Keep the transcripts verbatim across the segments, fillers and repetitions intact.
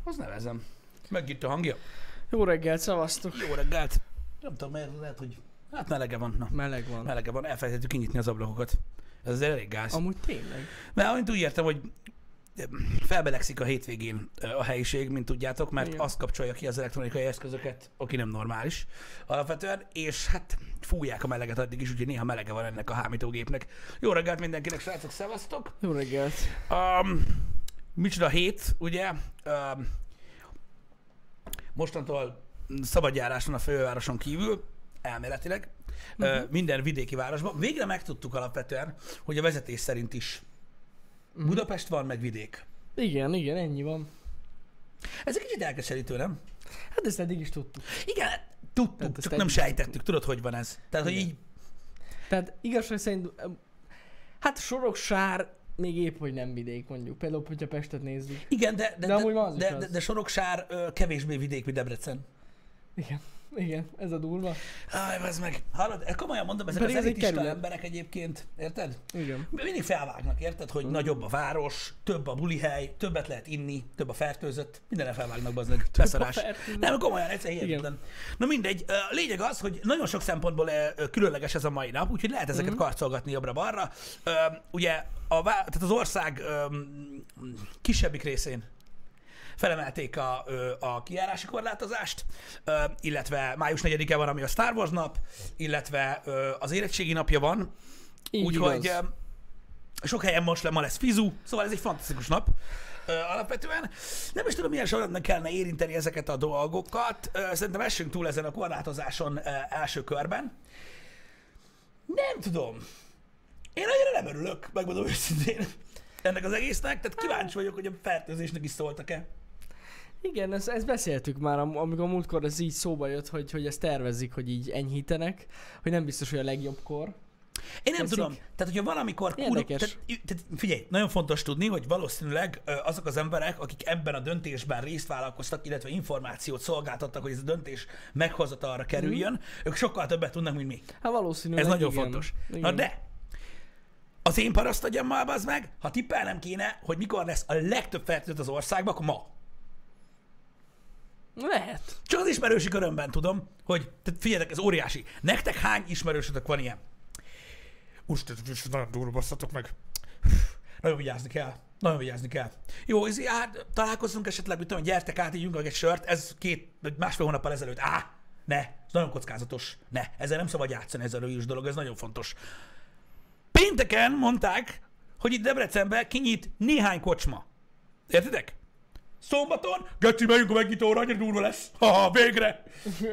Az nevezem. Meg itt a hangja. Jó reggelt, szavaztok. Jó reggelt. Nem tudom, mert lehet, hogy... Hát melege van. Na. Meleg van. Melege van. Elfelejtettük kinyitni az ablakokat. Ez azért elég gáz. Amúgy tényleg. Mert amint úgy értem, hogy felbelegszik a hétvégén a helyiség, mint tudjátok, mert Igen. azt kapcsolja ki az elektronikai eszközöket, aki nem normális alapvetően, és hát fújják a meleget addig is, úgyhogy néha melege van ennek a hámítógépnek. Jó reggelt mindenkinek, srácok, szevasztok! Jó reggelt. Um, micsoda hét, ugye? Um, mostantól szabadjárás van a fővároson kívül, elméletileg, uh-huh. uh, minden vidéki városban. Végre megtudtuk alapvetően, hogy a vezetés szerint is uh-huh. Budapest van, meg vidék. Igen, igen, ennyi van. Ez egy kicsit elkeserítő, nem? Hát ezt eddig is tudtuk. Igen, tudtuk, Hát ezt csak nem eddig sejtettük. tudtuk. Tudod, hogy van ez? Tehát, hogy Igen. így... Tehát igazság szerint, hát Soroksár még épp, hogy nem vidék mondjuk. Például, hogyha Pestet nézzük. Igen, de, de, De amúgy de, az is de, az. de, de Soroksár ö, kevésbé vidék, mint Debrecen. Igen, igen, ez a durva. Aj, ez meg. Hallod, komolyan mondom, ezek Pedig az ez egy elitista kerület. emberek egyébként, érted? Igen. Mindig felvágnak, érted, hogy Mhm. nagyobb a város, több a bulihely, többet lehet inni, több a fertőzött, mindenre felvágnak, bazdmeg, beszarás. fertőzött. Nem, komolyan, egyszer hihetetlen. Na mindegy, a lényeg az, hogy nagyon sok szempontból ö, különleges ez a mai nap, úgyhogy lehet ezeket Mhm. karcolgatni jobbra-balra. Ö, Ugye a, vá- tehát az ország ö, kisebbik részén felemelték a, ö, a kijárási korlátozást, ö, illetve május negyedike van, ami a Star Wars nap, illetve ö, az érettségi napja van, Így úgyhogy igaz. ö, sok helyen most le, ma lesz fizu, szóval ez egy fantasztikus nap ö, alapvetően. Nem is tudom, milyen sorrendben kellene érinteni ezeket a dolgokat. Ö, Szerintem essünk túl ezen a korlátozáson ö, első körben. Nem tudom. Én annyira nem örülök, megmondom őszintén, ennek az egésznek, tehát kíváncsi vagyok, hogy a fertőzésnek is szóltak-e. Igen, ezt, ezt beszéltük már, am- amikor a múltkor ez így szóba jött, hogy, hogy ezt tervezik, hogy így enyhítenek, hogy nem biztos, hogy a legjobbkor. Én nem Teszik. tudom, tehát hogyha valamikor... Kurva, Érdekes. tehát, tehát figyelj, nagyon fontos tudni, hogy valószínűleg ö, azok az emberek, akik ebben a döntésben részt vállalkoztak, illetve információt szolgáltattak, hogy ez a döntés meghozatalra kerüljön, ők sokkal többet tudnak, mint mi. Hát valószínűleg Ez nagyon igen. fontos. Igen. Na de, az én paraszt agyammal, bazd meg, ha tippelnem kéne, hogy mikor lesz a legtöbb fertőzött az országban, akkor ma. Lehet. Csak az ismerősi körömben tudom, hogy, tehát figyeljetek, ez óriási. Nektek hány ismerősötök van ilyen? Úristen, nagyon durva basszatok meg. Nagyon vigyázni kell. Nagyon vigyázni kell. Jó, ez, hát, találkozzunk esetleg, mit tudom, gyertek át, ígyunk meg egy sört, ez két, vagy másfél hónappal ezelőtt. Á, ne, ez nagyon kockázatos. Ne, ezzel nem szabad játszani, ezzel a vírus dolog, ez nagyon fontos. Pénteken mondták, hogy itt Debrecenben kinyit néhány kocsma. Értitek? Szombaton, Geci, megyünk a megnyitóra, annyira durva lesz. Haha, végre!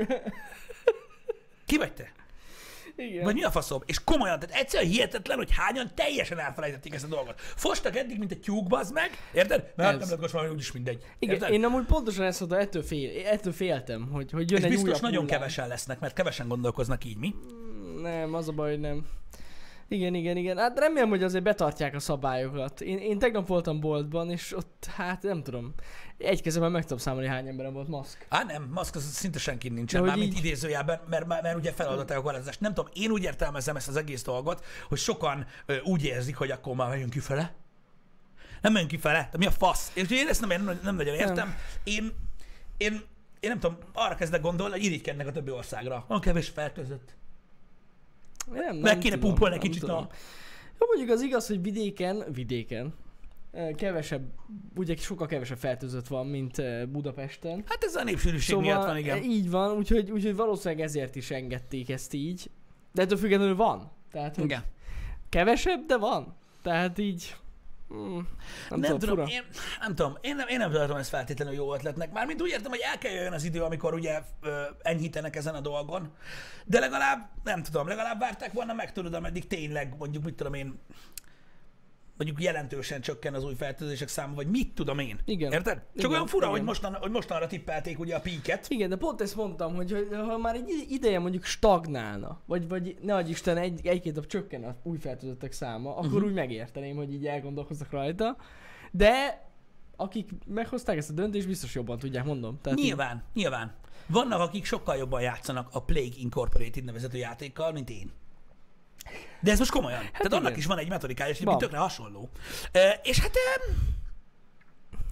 Ki vagy te? Igen. Vagy mi a faszom? És komolyan, tehát egyszerűen hihetetlen, hogy hányan teljesen elfelejtették ezt a dolgot. Fostak eddig, mint egy tyúk, bazd meg, érted? Mert Ez. nem lehet most úgyis mindegy. Igen, Érted? én amúgy pontosan ezt mondtam, ettől, fél, ettől féltem, hogy, hogy jön És egy biztos újabb nagyon hullám. kevesen lesznek, mert kevesen gondolkoznak így, mi? Nem, az a baj, hogy nem. Igen, igen, igen. Hát remélem, hogy azért betartják a szabályokat. Én, én tegnap voltam boltban, és ott, hát nem tudom, egy kezemben meg tudom számolni, hány emberem volt maszk. Á, nem, maszk az szinte senki nincsen, De hogy mármint így- idézőjelben, mert, mert, mert ugye feladották a korlátozást. Nem tudom, én úgy értelmezem ezt az egész dolgot, hogy sokan ö, úgy érzik, hogy akkor már megyünk kifele. Nem megyünk kifele, de mi a fasz? És én ezt nem, nem, nem nagyon értem. Én, én, én nem tudom, arra kezdek gondolni, hogy irigykednek a többi országra. Van kevés fertőzött. Nem, nem Meg kéne tudom, pumpolni egy nem kicsit tudom. a... Jó, mondjuk az igaz, hogy vidéken, vidéken, eh, kevesebb, ugye sokkal kevesebb fertőzött van, mint eh, Budapesten. Hát ez a népsűrűség Szóval miatt van, igen. eh, így van, úgyhogy, úgyhogy valószínűleg ezért is engedték ezt így. De ettől függetlenül van. Tehát, hogy Igen. kevesebb, de van. Tehát így... Mm, nem, Nem, tudom, tudom, fura. én, nem tudom, én nem, én nem tartom ezt feltétlenül jó ötletnek. Mármint úgy értem, hogy el kell jöjjön az idő, amikor ugye ö, enyhítenek ezen a dolgon. De legalább, nem tudom, legalább várták volna meg, tudod, ameddig tényleg, mondjuk, mit tudom én, mondjuk jelentősen csökken az új fertőzések száma, vagy mit tudom én. Igen. Érted? Csak Igen, olyan fura, igen. hogy, mostan, hogy mostanra tippelték ugye a píket. Igen, de pont ezt mondtam, hogy, hogy ha már egy ideje mondjuk stagnálna, vagy, vagy ne adj Isten, egy, egy-két nap csökken az új fertőzöttek száma, akkor Mhm. úgy megérteném, hogy így elgondolkoznak rajta. De akik meghozták ezt a döntést, biztos jobban tudják, mondom. Tehát így- Nyilván, nyilván. Vannak, akik sokkal jobban játszanak a Plague Incorporated nevezető játékkal, mint én. De ez most komolyan. Hát Tehát igen. annak is van egy metodikája, és Van. tökre hasonló. E, és hát e,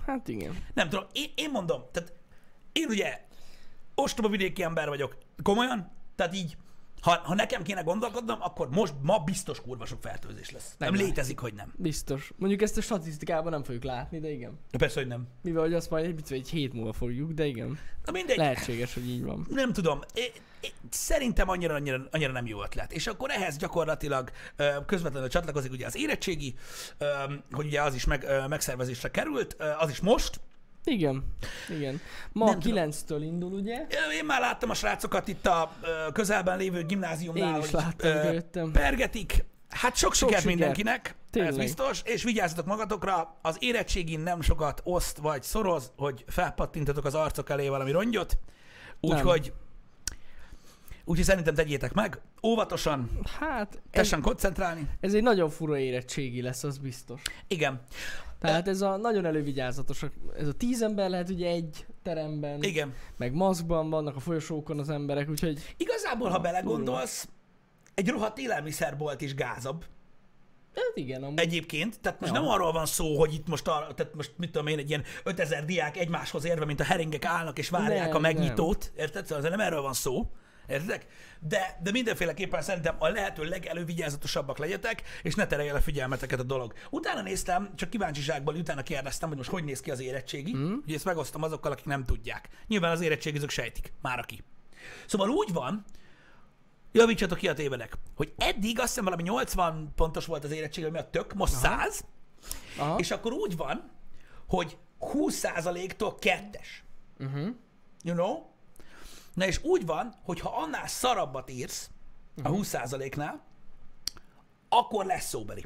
Hát igen. Nem tudom, én, én mondom, tehát én ugye ostoba vidéki ember vagyok, komolyan, tehát így, ha, ha nekem kéne gondolkodnom, akkor most ma biztos kurva sok fertőzés lesz. Nem, nem létezik, hogy nem. Biztos. Mondjuk ezt a statisztikában nem fogjuk látni, de igen. De persze, hogy nem. Mivel, hogy azt majd egy, egy hét múlva fogjuk, de igen. Na mindegy. Lehetséges, hogy így van. Nem tudom. É, é, szerintem annyira, annyira, annyira nem jó ötlet. És akkor ehhez gyakorlatilag ö, közvetlenül csatlakozik ugye az érettségi, ö, hogy ugye az is meg, ö, megszervezésre került, ö, az is most. Igen, igen. Ma Nem kilenctől indul, ugye? Én már láttam a srácokat itt a ö, közelben lévő gimnáziumnál, Én is hogy láttam, ö, jöttem. pergetik. Hát sok, sok sikert siker. mindenkinek, Tényleg. ez biztos, és vigyázzatok magatokra, az érettségin nem sokat oszt vagy szoroz, hogy felpattintatok az arcok elé valami rongyot, úgyhogy úgyhogy szerintem tegyétek meg, óvatosan, Hát, ez, tessen koncentrálni. ez egy nagyon fura érettségi lesz, az biztos. Igen, Tehát ez a nagyon elővigyázatosak. Ez a tíz ember lehet ugye egy teremben, igen. meg maszkban vannak a folyosókon az emberek, úgyhogy Igazából, ha belegondolsz, egy rohadt élelmiszerbolt is gázabb. hát igen, amúgy. Egyébként, tehát most Ja. nem arról van szó, hogy itt most, arra, tehát most mit tudom én, egy ilyen ötezer diák egymáshoz érve, mint a heringek állnak és várják Nem, a megnyitót, érted? Szóval nem erről van szó, értedek? De, de mindenféleképpen szerintem a lehető legelővigyázatosabbak legyetek, és ne terelje a figyelmeteket a dolog. Utána néztem, csak kíváncsiságból, utána kérdeztem, hogy most hogy néz ki az érettségi, mm. ugye ezt megosztom azokkal, akik nem tudják. Nyilván az érettségizők sejtik, már aki. Szóval úgy van, javítsatok ki a tévedek, hogy eddig azt hiszem valami nyolcvan pontos volt az érettség, ami a tök, most száz, Aha. és akkor úgy van, hogy húsz százaléktól kettes. Uh-huh. You know? Na és úgy van, hogy ha annál szarabbat írsz Mhm. a húsz százaléknál, akkor lesz szóbeli.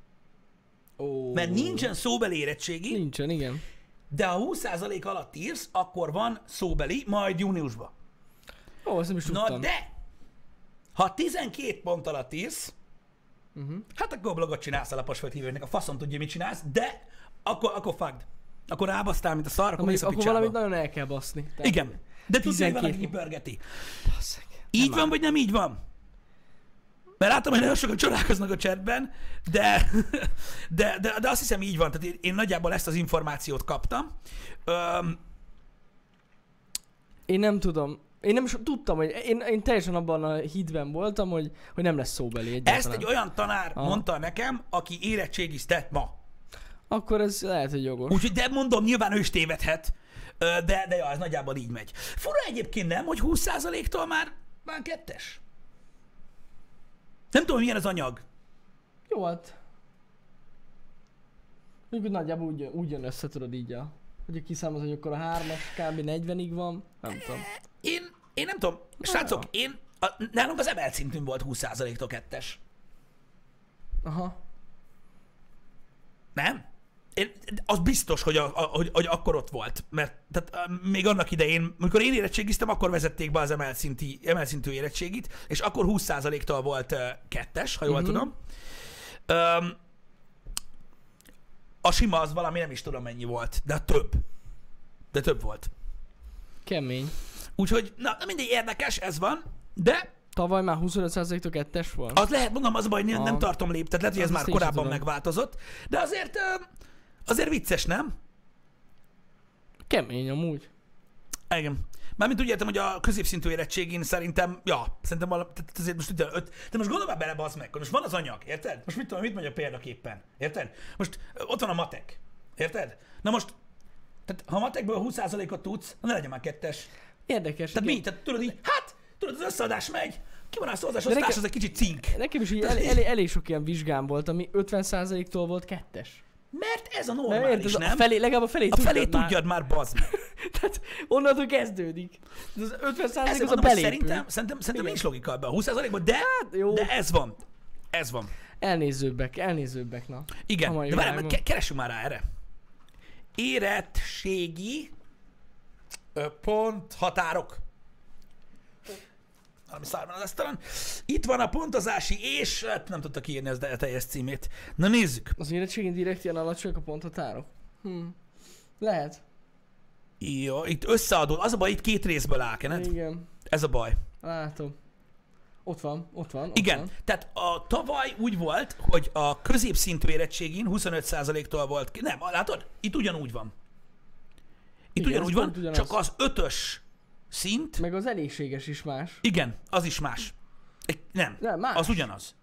Ó, Mert nincsen szóbeli érettségi, Nincsen, igen. de ha húsz százalék alatt írsz, akkor van szóbeli, majd júniusban. Ó, azt nem is tudtam. Na de, ha tizenkét pont alatt írsz, Uh-huh. hát akkor blogot csinálsz a lapos földhívőnek, a faszom tudja, mit csinálsz, de akkor, akkor fagd. Akkor rábasztál, mint a szar, akkor Akkor, mész a akkor picsába. valamit nagyon el kell baszni. Tehát Igen. De tudja, hogy van, aki tizenkét kipörgeti. Basszeg. Így Nem van, vagy nem így van? Mert látom, hogy nagyon sokan csodálkoznak a chatben, de, de, de, de azt hiszem így van. Tehát én, én nagyjából ezt az információt kaptam. Öm, Én nem tudom. Én nem is tudtam, hogy én, én teljesen abban a hitben voltam, hogy, hogy nem lesz szóbeli egyáltalán. ezt egy olyan tanár Aha. mondta nekem, aki érettségizte ma. Akkor ez lehet, hogy jogos. Úgyhogy, de mondom, nyilván ő is tévedhet, Ö, de, de ja, ez nagyjából így megy. Fura egyébként nem, hogy húsz százaléktól már, már kettes. Nem tudom, milyen az anyag. Jó, hát. Mondjuk, hogy nagyjából úgy, jön- úgy jön össze, tudod így a... Hogy kiszámolod, hogy akkor a hármas kb. negyvenig van. Nem tudom. Én, én nem tudom, srácok, én, a, nálunk az emelt szintűn volt húsz százaléktól kettes. Aha. Nem? Én, az biztos, hogy, a, a, hogy, hogy akkor ott volt, mert tehát, még annak idején, amikor én érettségiztem, akkor vezették be az emelt, szinti, emelt szintű érettségit, és akkor húsz százaléktól volt uh, kettes, ha jól Mhm. tudom. Um, a sima az valami nem is tudom mennyi volt, de több. De több volt. Kemény. Úgyhogy, na mindegy érdekes, ez van, de Tavaly már huszonöt százaléktól kettes volt. az lehet, mondom, az a baj, nem, nem Aha. tartom lép, tehát lehet, hogy ez Az már azt én sem korábban tudom. megváltozott, de azért, ö, azért vicces, nem? Kemény amúgy. Igen. Mármint úgy értem, hogy a középszintű érettségén szerintem, ja, szerintem valami, tehát azért most ugye öt, de most gondolj már bele, bazd meg, hogy most van az anyag, érted? Most mit tudom, mit mondja példaképpen, érted? Most ö, ott van a matek, érted? Na most, tehát ha a matekből húsz százalékot tudsz, ne legyen már kettes. Érdekes. Tehát igen. mi? Tehát tudod így, hát, tudod, az összeadás megy, ki van a szavazás, De osztás, nekem- az egy kicsit cink. Nekem is így elég, elég, elég sok ilyen vizsgám volt, ami ötven százaléktól volt kettes. Mert ez a Nem normális, érted? nem? A felé, legalább a felé A felé tudjad már. tudjad már, bazd meg. Tehát onnantól kezdődik. De az ötven százalék Ezzel az a mondom, hogy belépő. szerintem, szerintem, szerintem Igen. nincs logika ebben a húsz százalékban, de, Hát, jó. de ez van. Ez van. Elnézőbbek, elnézőbbek, na. Igen, A mai de várjál, világban. ke- keressünk már rá erre. Érettségi ö, pont határok. Valami szár van az asztalon. Itt van a pontozási és, hát nem tudta kiírni az a teljes címét. Na nézzük. Az érettségén direkt ilyen alacsonyak a ponthatárok? Hm. Lehet. Jó, itt összeadod. Az a baj, itt két részből áll, Kenneth. Igen. Ez a baj. Látom. Ott van, ott van. Ott Igen, Van. tehát a tavaly úgy volt, hogy a középszintű érettségén huszonöt százaléktól volt, ki- nem, látod? Itt ugyanúgy van. Itt Igen, ugyanúgy ez van, pont ugyanaz. csak az ötös szint, Meg az elégséges is más. igen, az is más. Egy- Nem, Nem, más. az ugyanaz.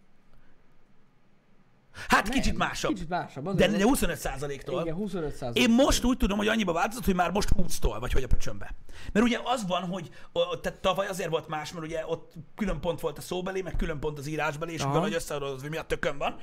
Hát Nem, kicsit másabb. Kicsit másabb. De, azért de huszonöt százaléktól. Igen, huszonöt százalék. Én most úgy tudom, hogy annyiba változott, hogy már most húsztól, vagy hogy a pöcsömbe. Mert ugye az van, hogy o, tehát tavaly azért volt más, mert ugye ott külön pont volt a szóbeli, meg külön pont az írásbeli, és Aha. valahogy összeadódott, hogy mi a tökön van.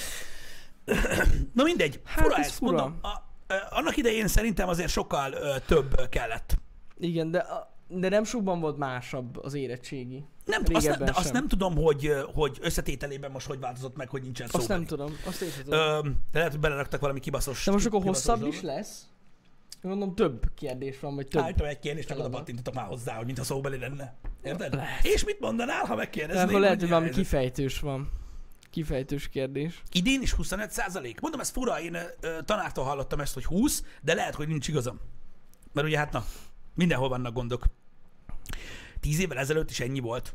Na mindegy, Hát fura ez ez, fura. mondom, a, ö, annak idején szerintem azért sokkal ö, több kellett. Igen, de, a- de nem sokban volt másabb az érettségi. Nem, azt, ne, Régebben de azt sem. nem tudom, hogy, ö, hogy összetételében most hogy változott meg, hogy nincsen Azt szóbeli. nem tudom, azt én sem tudom. Ö, de lehet, hogy beleraktak valami kibaszos. De most akkor kibaszos hosszabb dolgot. is lesz? Mondom, több kérdés van, vagy több. Állítom egy kérdést, csak oda feladat. pattintottak már hozzá, hogy mint a szóbeli lenne. Érted? Lehet. És mit mondanál, ha De megkérdeznék? akkor lehet, hogy mi a valami helyzet? kifejtős van. Kifejtős kérdés. Idén is huszonöt százalék. Mondom, ez fura, én ö, tanártól hallottam ezt, hogy húsz, de lehet, hogy nincs igazam. Mert ugye hát na, mindenhol vannak gondok. Tíz évvel ezelőtt is ennyi volt.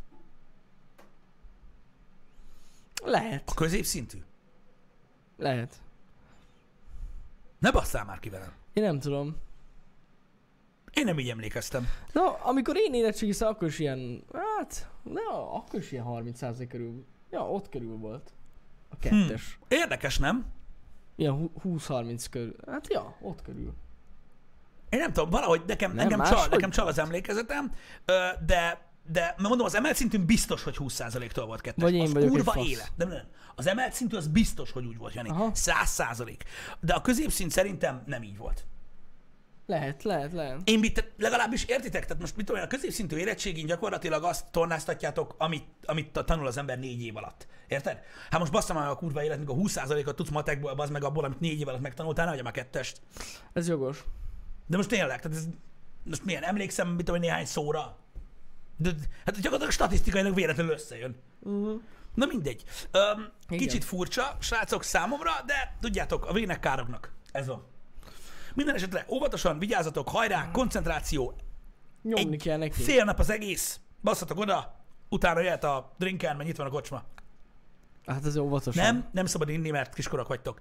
Lehet. A középszintű. Lehet. Ne basszál már ki velem. Én nem tudom. Én nem így emlékeztem. Na, amikor én érettségiztem, akkor is ilyen, hát, na, akkor is ilyen harminc százalék körül. Ja, ott körül volt. A kettes. Hm. Érdekes, nem? Ilyen hu- húsz-harminc körül. Hát ja, ott körül. Én nem tudom, valahogy nekem, Nem, nekem, máshogy csal, nekem csal volt. az emlékezetem, ö, de, de mondom, az emelt szintűn biztos, hogy húsz százaléktól volt kettes. Vagy én az vagyok egy kurva fasz. élet. Nem, nem, nem. Az emelt szintű az biztos, hogy úgy volt, Jani. Aha. száz százalék. De a középszint szerintem nem így volt. Lehet, lehet, lehet. Én mit, legalábbis értitek? Tehát most mit tudom, én, a középszintű érettségén gyakorlatilag azt tornáztatjátok, amit, amit tanul az ember négy év alatt. Érted? Hát most basszam már a kurva élet, mikor húsz százalékot tudsz matekból, az meg abból, amit négy év alatt megtanultál, ne már kettest. Ez jogos. De most tényleg, tehát ez, most milyen, emlékszem, mit tudom, én, néhány szóra. De, hát gyakorlatilag statisztikailag véletlenül összejön. Uh-huh. Na mindegy. Öm, Igen. kicsit furcsa, srácok, számomra, de tudjátok, a végnek kárognak. Ez van. Minden esetre óvatosan, vigyázzatok, hajrá, koncentráció, Nyomni Egy kell neki. fél nap az egész, basszatok oda, utána jöhet a drinken, mert itt van a kocsma. Hát ez óvatosan. Nem, nem szabad inni, mert kiskorok vagytok.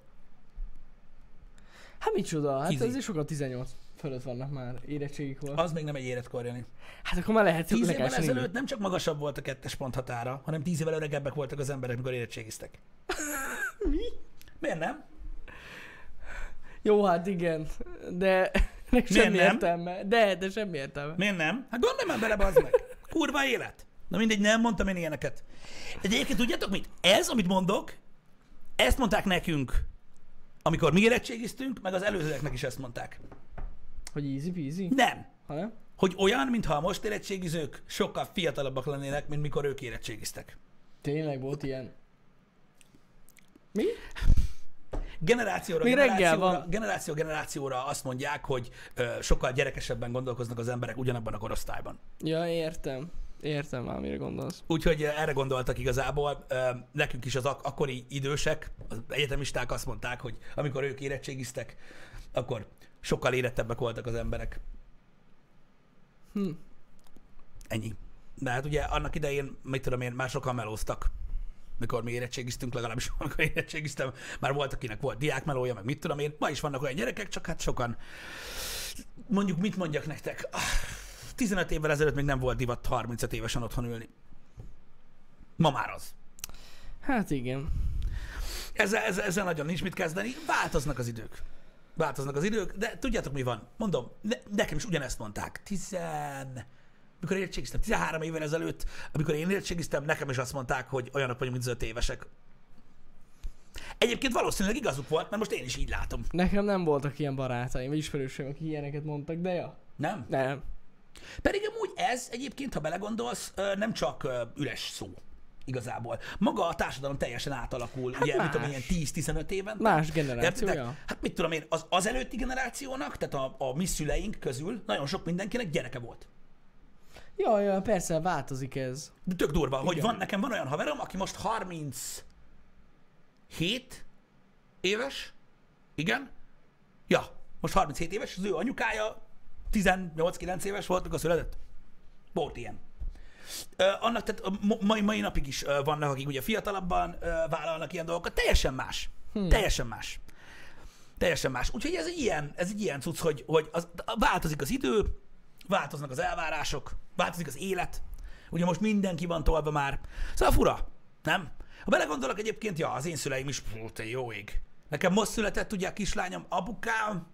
Hát micsoda, hát Easy. ez sokan tizennyolc fölött vannak már érettségikor. Az még nem egy életkor, Jani. Hát akkor már lehet, Tíz évvel legálisan inni. ezelőtt nem csak magasabb volt a kettes ponthatára, hanem tíz évvel öregebbek voltak az emberek, mikor érettségiztek. Mi? Miért nem? Jó, hát igen, de nek semmi nem? értelme. De, de semmi értelme. Miért nem? Hát gondolj már bele, bazd meg. Kurva élet. Na mindegy, nem mondtam én ilyeneket. De egyébként tudjátok mit? Ez, amit mondok, ezt mondták nekünk, amikor mi érettségiztünk, meg az előzőeknek is ezt mondták. Hogy easy peasy? Nem. Ha nem? Hogy olyan, mintha a most érettségizők sokkal fiatalabbak lennének, mint mikor ők érettségiztek. Tényleg volt ilyen. Mi? Generációra, Még reggel generációra, van. generáció generációra azt mondják, hogy ö, sokkal gyerekesebben gondolkoznak az emberek ugyanabban a korosztályban. Ja, értem. Értem már, mire gondolsz. Úgyhogy ö, erre gondoltak igazából. Ö, nekünk is az ak- akkori idősek, az egyetemisták azt mondták, hogy amikor ők érettségiztek, akkor sokkal érettebbek voltak az emberek. Hm. Ennyi. De hát ugye annak idején, mit tudom én, már sokan melóztak. Mikor mi érettségiztünk, legalábbis amikor érettségiztem, már volt, akinek volt diákmelója, meg mit tudom én. Ma is vannak olyan gyerekek, csak hát sokan. Mondjuk, mit mondjak nektek? Ah, tizenöt évvel ezelőtt még nem volt divat harmincöt évesen otthon ülni. Ma már az. Hát igen. Ezzel, ezzel, ezzel nagyon nincs mit kezdeni. Változnak az idők. Változnak az idők, de tudjátok mi van? Mondom, ne, nekem is ugyanezt mondták. Tizen... Mikor érettségiztem, tizenhárom évvel ezelőtt, amikor én érettségiztem, nekem is azt mondták, hogy olyanok vagyunk, mint az öt évesek. Egyébként valószínűleg igazuk volt, mert most én is így látom. Nekem nem voltak ilyen barátaim, vagy ismerőseim, akik ilyeneket mondtak, de ja. Nem? Nem. Pedig amúgy ez egyébként, ha belegondolsz, ö, nem csak ö, üres szó. Igazából. Maga a társadalom teljesen átalakul, Hát ugye, mit más. tudom, ilyen tíz-tizenöt éven. Más generáció, Értitek? ja. Hát mit tudom én, az, az előtti generációnak, tehát a, a mi szüleink közül nagyon sok mindenkinek gyereke volt. Ja, ja, persze, változik ez. De tök durva, hogy Igen. van, nekem van olyan haverom, aki most harminchét éves, igen, ja, most harminchét éves, az ő anyukája tizennyolc-kilenc éves volt, mikor született. Volt ilyen. Ö, annak, tehát a mai, mai napig is ö, vannak, akik ugye fiatalabban ö, vállalnak ilyen dolgokat, teljesen más. Hmm. Teljesen más. Teljesen más. Úgyhogy ez egy ilyen, ez egy ilyen cucc, hogy, hogy az, változik az idő, változnak az elvárások, változik az élet. Ugye most mindenki van tolva már. Szóval fura, nem? Ha belegondolok egyébként, ja, az én szüleim is, hú, te jó ég. Nekem most született ugye a kislányom, apukám.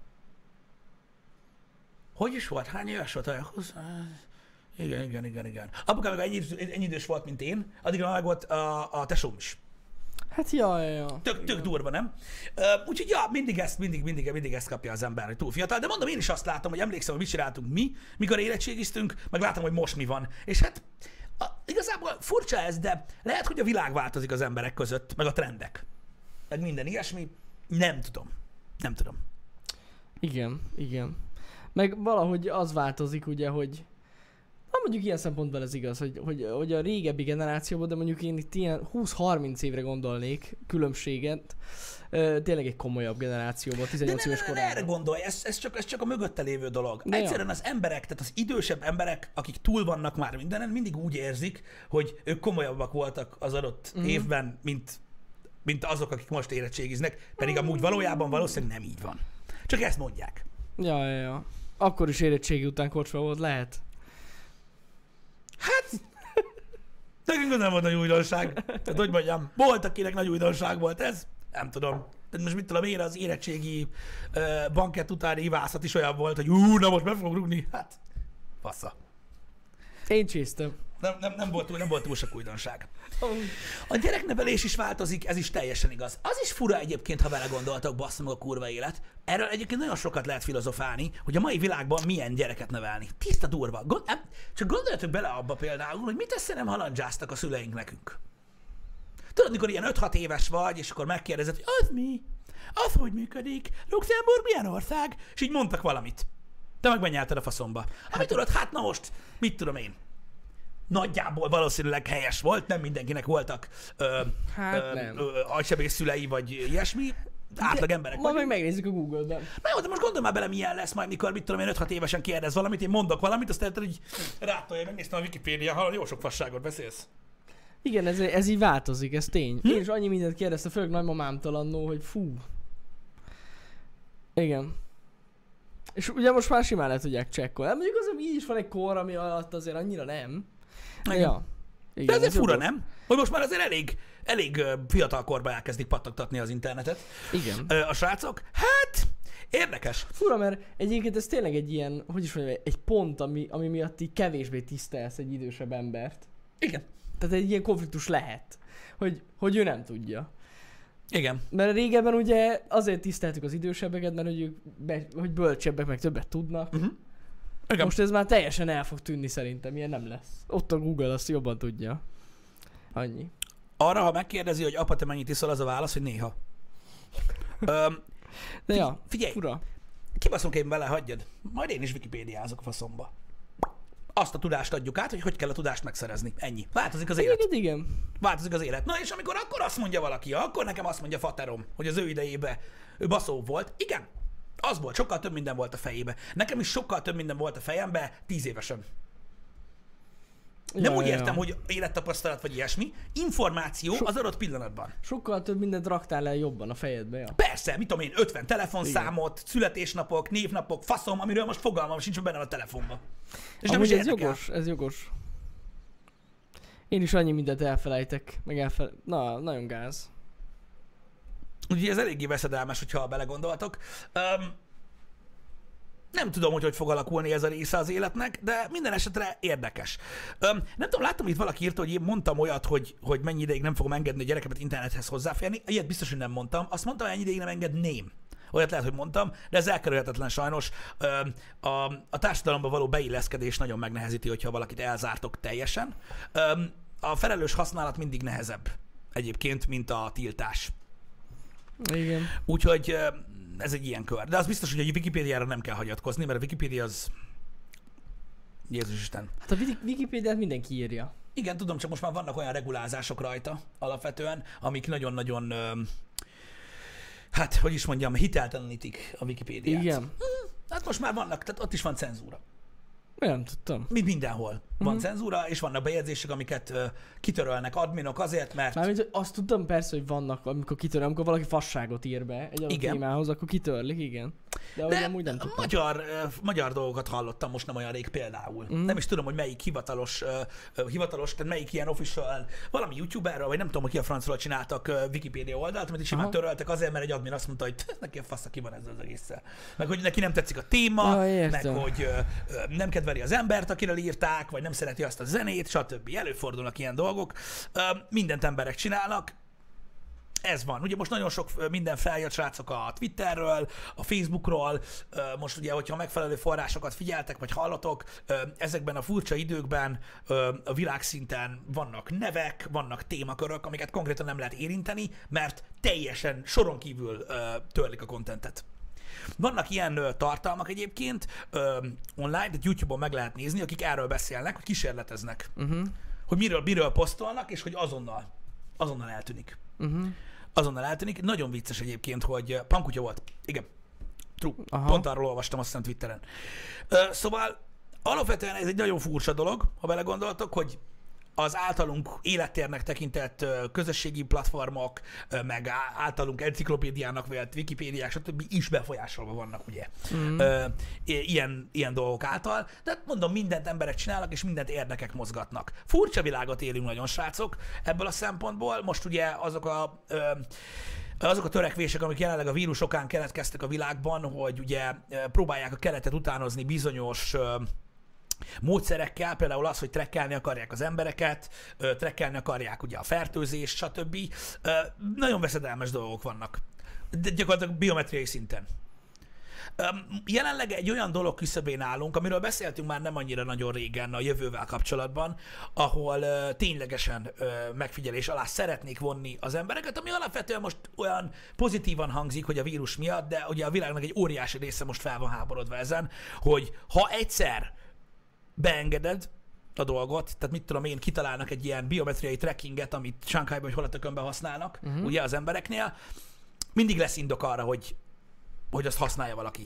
Hogy is volt? Hány éves volt? húsz Igen, igen, igen, igen. Apukám meg ennyi, ennyi idős volt, mint én, addigra meg volt a, a tesóm is. Hát ja, ja, ja. Tök, tök durva, nem? Uh, úgyhogy ja, mindig ezt, mindig, mindig, mindig ezt kapja az ember, hogy túl fiatal. De mondom, én is azt látom, hogy emlékszem, hogy mit csináltunk mi, mikor érettségiztünk, meg látom, hogy most mi van. És hát a, igazából furcsa ez, de lehet, hogy a világ változik az emberek között, meg a trendek. Meg minden ilyesmi. Nem tudom. Nem tudom. Igen, igen. Meg valahogy az változik ugye, hogy na mondjuk ilyen szempontból ez igaz, hogy, hogy, hogy a régebbi generációban, de mondjuk én itt ilyen húsz-harminc évre gondolnék különbséget, tényleg egy komolyabb generációban, tizennyolc éves korában. Erre gondolj, ez, ez, csak, ez csak a mögötte lévő dolog. De Egyszerűen ja. az emberek, tehát az idősebb emberek, akik túl vannak már mindenen, mindig úgy érzik, hogy ők komolyabbak voltak az adott mm. évben, mint, mint azok, akik most érettségiznek, pedig amúgy valójában valószínűleg nem így van. Csak ezt mondják. Ja, ja, ja. Akkor is érettségi után kocsma volt, lehet. Hát, nekünk nem volt nagy újdonság. Tehát, hogy mondjam, volt, akinek nagy újdonság volt ez, nem tudom. Tehát most mit tudom én, az érettségi uh, bankett utáni ivászat is olyan volt, hogy ú, na most be fogok rúgni. Hát, passza. Én csésztem. Nem, nem, nem, volt túl, nem volt túl sok újdonság. A gyereknevelés is változik, ez is teljesen igaz. Az is fura egyébként, ha vele gondoltok, bassza meg a kurva élet. Erről egyébként nagyon sokat lehet filozofálni, hogy a mai világban milyen gyereket nevelni. Tiszta durva. Gond, csak gondoljatok bele abba például, hogy mit össze nem halandzsáztak a szüleink nekünk. Tudod, mikor ilyen öt-hat éves vagy, és akkor megkérdezed, hogy az mi? Az hogy működik? Luxemburg milyen ország? És így mondtak valamit. Te meg benyelted a faszomba. Amit tudod, hát na most, mit tudom én. Nagyjából valószínűleg helyes volt, nem mindenkinek voltak ö, hát ö, nem. ö, agysebész szülei, vagy ilyesmi. Átlag emberek Ma vagyunk. meg megnézzük a Google-ben. Na jó, de most gondolj már bele, milyen lesz majd, mikor, mit tudom én, öt-hat évesen kérdez valamit, én mondok valamit, azt érted, hogy rátolja, megnéztem a Wikipédián, hallod, jó sok fasságot beszélsz. Igen, ez, ez így változik, ez tény. Hm? Én is annyi mindent kérdezte, főleg nagymamámtól annó, hogy fú. Igen. És ugye most már simán le tudják csekkolni. Mondjuk az, hogy így is van egy kor, ami alatt azért annyira nem. De Igen. ja. Igen, de ez egy fura, jogos. nem? Hogy most már azért elég, elég ö, fiatal korban elkezdik pattogtatni az internetet. Igen. Ö, a srácok. Hát, érdekes. Fura, mert egyébként ez tényleg egy ilyen, hogy is mondjam, egy pont, ami, ami miatt így kevésbé tisztelsz egy idősebb embert. Igen. Tehát egy ilyen konfliktus lehet, hogy, hogy ő nem tudja. Igen. Mert régebben ugye azért tiszteltük az idősebbeket, mert hogy ők be, hogy bölcsebbek, meg többet tudnak. Uh-huh. Igen. Most ez már teljesen el fog tűnni szerintem, ilyen nem lesz. Ott a Google azt jobban tudja. Annyi. Arra, ha megkérdezi, hogy apa, te mennyit iszol, az a válasz, hogy néha. Öm, De ja, figyelj, fura. kibaszunk én bele, hagyjad. Majd én is wikipédiázok a faszomba. Azt a tudást adjuk át, hogy hogy kell a tudást megszerezni. Ennyi. Változik az élet. Igen, igen. Változik az élet. Na és amikor akkor azt mondja valaki, akkor nekem azt mondja faterom, hogy az ő idejében ő baszó volt. Igen, az volt, sokkal több minden volt a fejébe. Nekem is sokkal több minden volt a fejembe tíz évesen. Nem Ja, úgy ja, értem, ja. hogy élettapasztalat vagy ilyesmi. Információ So- az adott pillanatban. Sokkal több mindent raktál el jobban a fejedbe, ja. Persze, mit tudom én, ötven telefonszámot, születésnapok, névnapok, faszom, amiről most fogalmam sincs benne a telefonban. És nem Amúgy is ez érdekel. jogos, ez jogos. Én is annyi mindent elfelejtek, meg elfele... Na, nagyon gáz. Úgyhogy ez eléggé veszedelmes, hogyha belegondoltok. Um, nem tudom, hogy hogy fog alakulni ez a része az életnek, de minden esetre érdekes. Um, nem tudom, láttam itt valaki írta, hogy én mondtam olyat, hogy, hogy mennyi ideig nem fogom engedni a gyerekemet internethez hozzáférni. Ilyet biztos, hogy nem mondtam. Azt mondtam, hogy ennyi ideig nem engedném. Olyat lehet, hogy mondtam, de ez elkerülhetetlen sajnos. Um, a, a társadalomba való beilleszkedés nagyon megnehezíti, hogyha valakit elzártok teljesen. Um, a felelős használat mindig nehezebb egyébként, mint a tiltás. Igen. Úgyhogy ez egy ilyen kör. De az biztos, hogy a Wikipédiára nem kell hagyatkozni, mert a Wikipédia az... Jézus Isten. Hát a Wiki- Wikipédiát mindenki írja. Igen, tudom, csak most már vannak olyan regulázások rajta alapvetően, amik nagyon-nagyon... öm, Hát, hogy is mondjam, hiteltelenítik a Wikipédiát. Igen. Hm, hát most már vannak, tehát ott is van cenzúra. Én nem tudtam. Mint mindenhol. van cenzúra, és vannak bejegyzések, amiket ö, kitörölnek adminok azért, mert... Mármint, hogy azt tudtam persze, hogy vannak, amikor kitöröl, amikor valaki fasságot ír be egy adott Igen. témához, akkor kitörlik, igen. De, De amúgy nem tudtam. magyar, ö, magyar dolgokat hallottam most nem olyan rég például. Mhm. Nem is tudom, hogy melyik hivatalos, ö, ö, hivatalos, tehát melyik ilyen official, valami youtuberről, vagy nem tudom, hogy ki a francról csináltak ö, Wikipédia oldalt, amit is simán Aha. töröltek azért, mert egy admin azt mondta, hogy neki a fasz, ki van ezzel az egésszel. Meg hogy neki nem tetszik a téma, Ja, meg értem. hogy ö, ö, nem kedveli az embert, akiről írták, vagy nem szereti azt a zenét, stb. Előfordulnak ilyen dolgok. Ö, mindent emberek csinálnak. Ez van. Ugye most nagyon sok ö, minden feljött, srácok, a Twitterről, a Facebookról. Ö, Most ugye, hogyha megfelelő forrásokat figyeltek, vagy hallatok, ö, ezekben a furcsa időkben ö, a világszinten vannak nevek, vannak témakörök, amiket konkrétan nem lehet érinteni, mert teljesen soron kívül ö, törlik a kontentet. Vannak ilyen ö, tartalmak egyébként ö, online, tehát YouTube-on meg lehet nézni, akik erről beszélnek, hogy kísérleteznek. Uh-huh. Hogy miről, miről posztolnak, és hogy azonnal, azonnal eltűnik. Uh-huh. Azonnal eltűnik. Nagyon vicces egyébként, hogy ö, Pankutya volt. Igen. True. Aha. Pont arról olvastam azt hiszem Twitteren. Ö, szóval alapvetően ez egy nagyon furcsa dolog, ha belegondoltok, hogy az általunk élettérnek tekintett ö, közösségi platformok, ö, meg á- általunk enciklopédiának vélt Wikipédiák, stb. Is befolyásolva vannak, ugye, Mhm. ö, i- ilyen, ilyen dolgok által. De hát mondom, mindent emberek csinálnak, és mindent érdekek mozgatnak. Furcsa világot élünk nagyon, srácok, ebből a szempontból. Most ugye azok a... Ö, azok a törekvések, amik jelenleg a vírusokán keletkeztek a világban, hogy ugye ö, próbálják a keletet utánozni bizonyos ö, módszerekkel, például az, hogy trekkelni akarják az embereket, ö, trekkelni akarják ugye a fertőzést, stb. Ö, Nagyon veszedelmes dolgok vannak. De gyakorlatilag biometriai szinten. Ö, Jelenleg egy olyan dolog küszöbén állunk, amiről beszéltünk már nem annyira nagyon régen a jövővel kapcsolatban, ahol ö, ténylegesen ö, megfigyelés alá szeretnék vonni az embereket, ami alapvetően most olyan pozitívan hangzik, hogy a vírus miatt, de ugye a világnak egy óriási része most fel van háborodva ezen, hogy ha egyszer beengeded a dolgot, tehát mit tudom én, kitalálnak egy ilyen biometriai trackinget, amit Shanghaiban vagy hol a tökönben használnak, uh-huh. ugye az embereknél, mindig lesz indok arra, hogy, hogy azt használja valaki.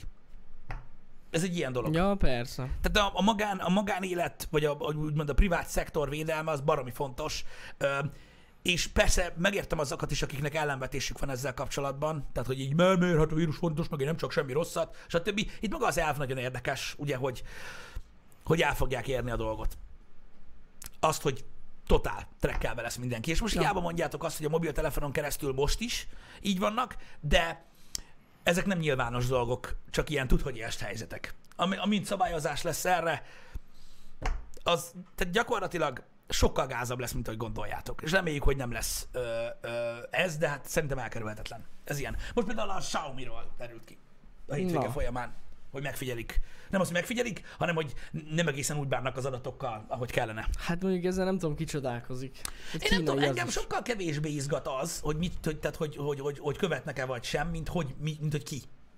Ez egy ilyen dolog. Ja, persze. Tehát a, a, magán, a magánélet, vagy a, a, úgymond a privát szektor védelme az baromi fontos. Ö, és persze megértem azokat is, akiknek ellenvetésük van ezzel kapcsolatban, tehát hogy így mert miért, hát a vírus fontos, meg én nem csak semmi rosszat, stb. Itt maga az elv nagyon érdekes, ugye, hogy hogy el fogják érni a dolgot. Azt, hogy totál trekkelve lesz mindenki. És most Ja. hiába mondjátok azt, hogy a mobiltelefonon keresztül most is így vannak, de ezek nem nyilvános dolgok, csak ilyen tud, hogy est helyzetek. Ami, amint szabályozás lesz erre, az tehát gyakorlatilag sokkal gázabb lesz, mint ahogy gondoljátok. És reméljük, hogy nem lesz ö, ö, ez, de hát szerintem elkerülhetetlen. Ez ilyen. Most például a Xiaomi-ról terült ki a hétvége Na. folyamán, hogy megfigyelik. Nem azt, hogy megfigyelik, hanem hogy nem egészen úgy bánnak az adatokkal, ahogy kellene. Hát mondjuk ezzel nem tudom, ki csodálkozik. A Én nem kínai tudom, az engem is. sokkal kevésbé izgat az, hogy, mit, hogy, tehát, hogy, hogy, hogy, hogy követnek-e vagy sem, mint hogy, mi- mint hogy ki.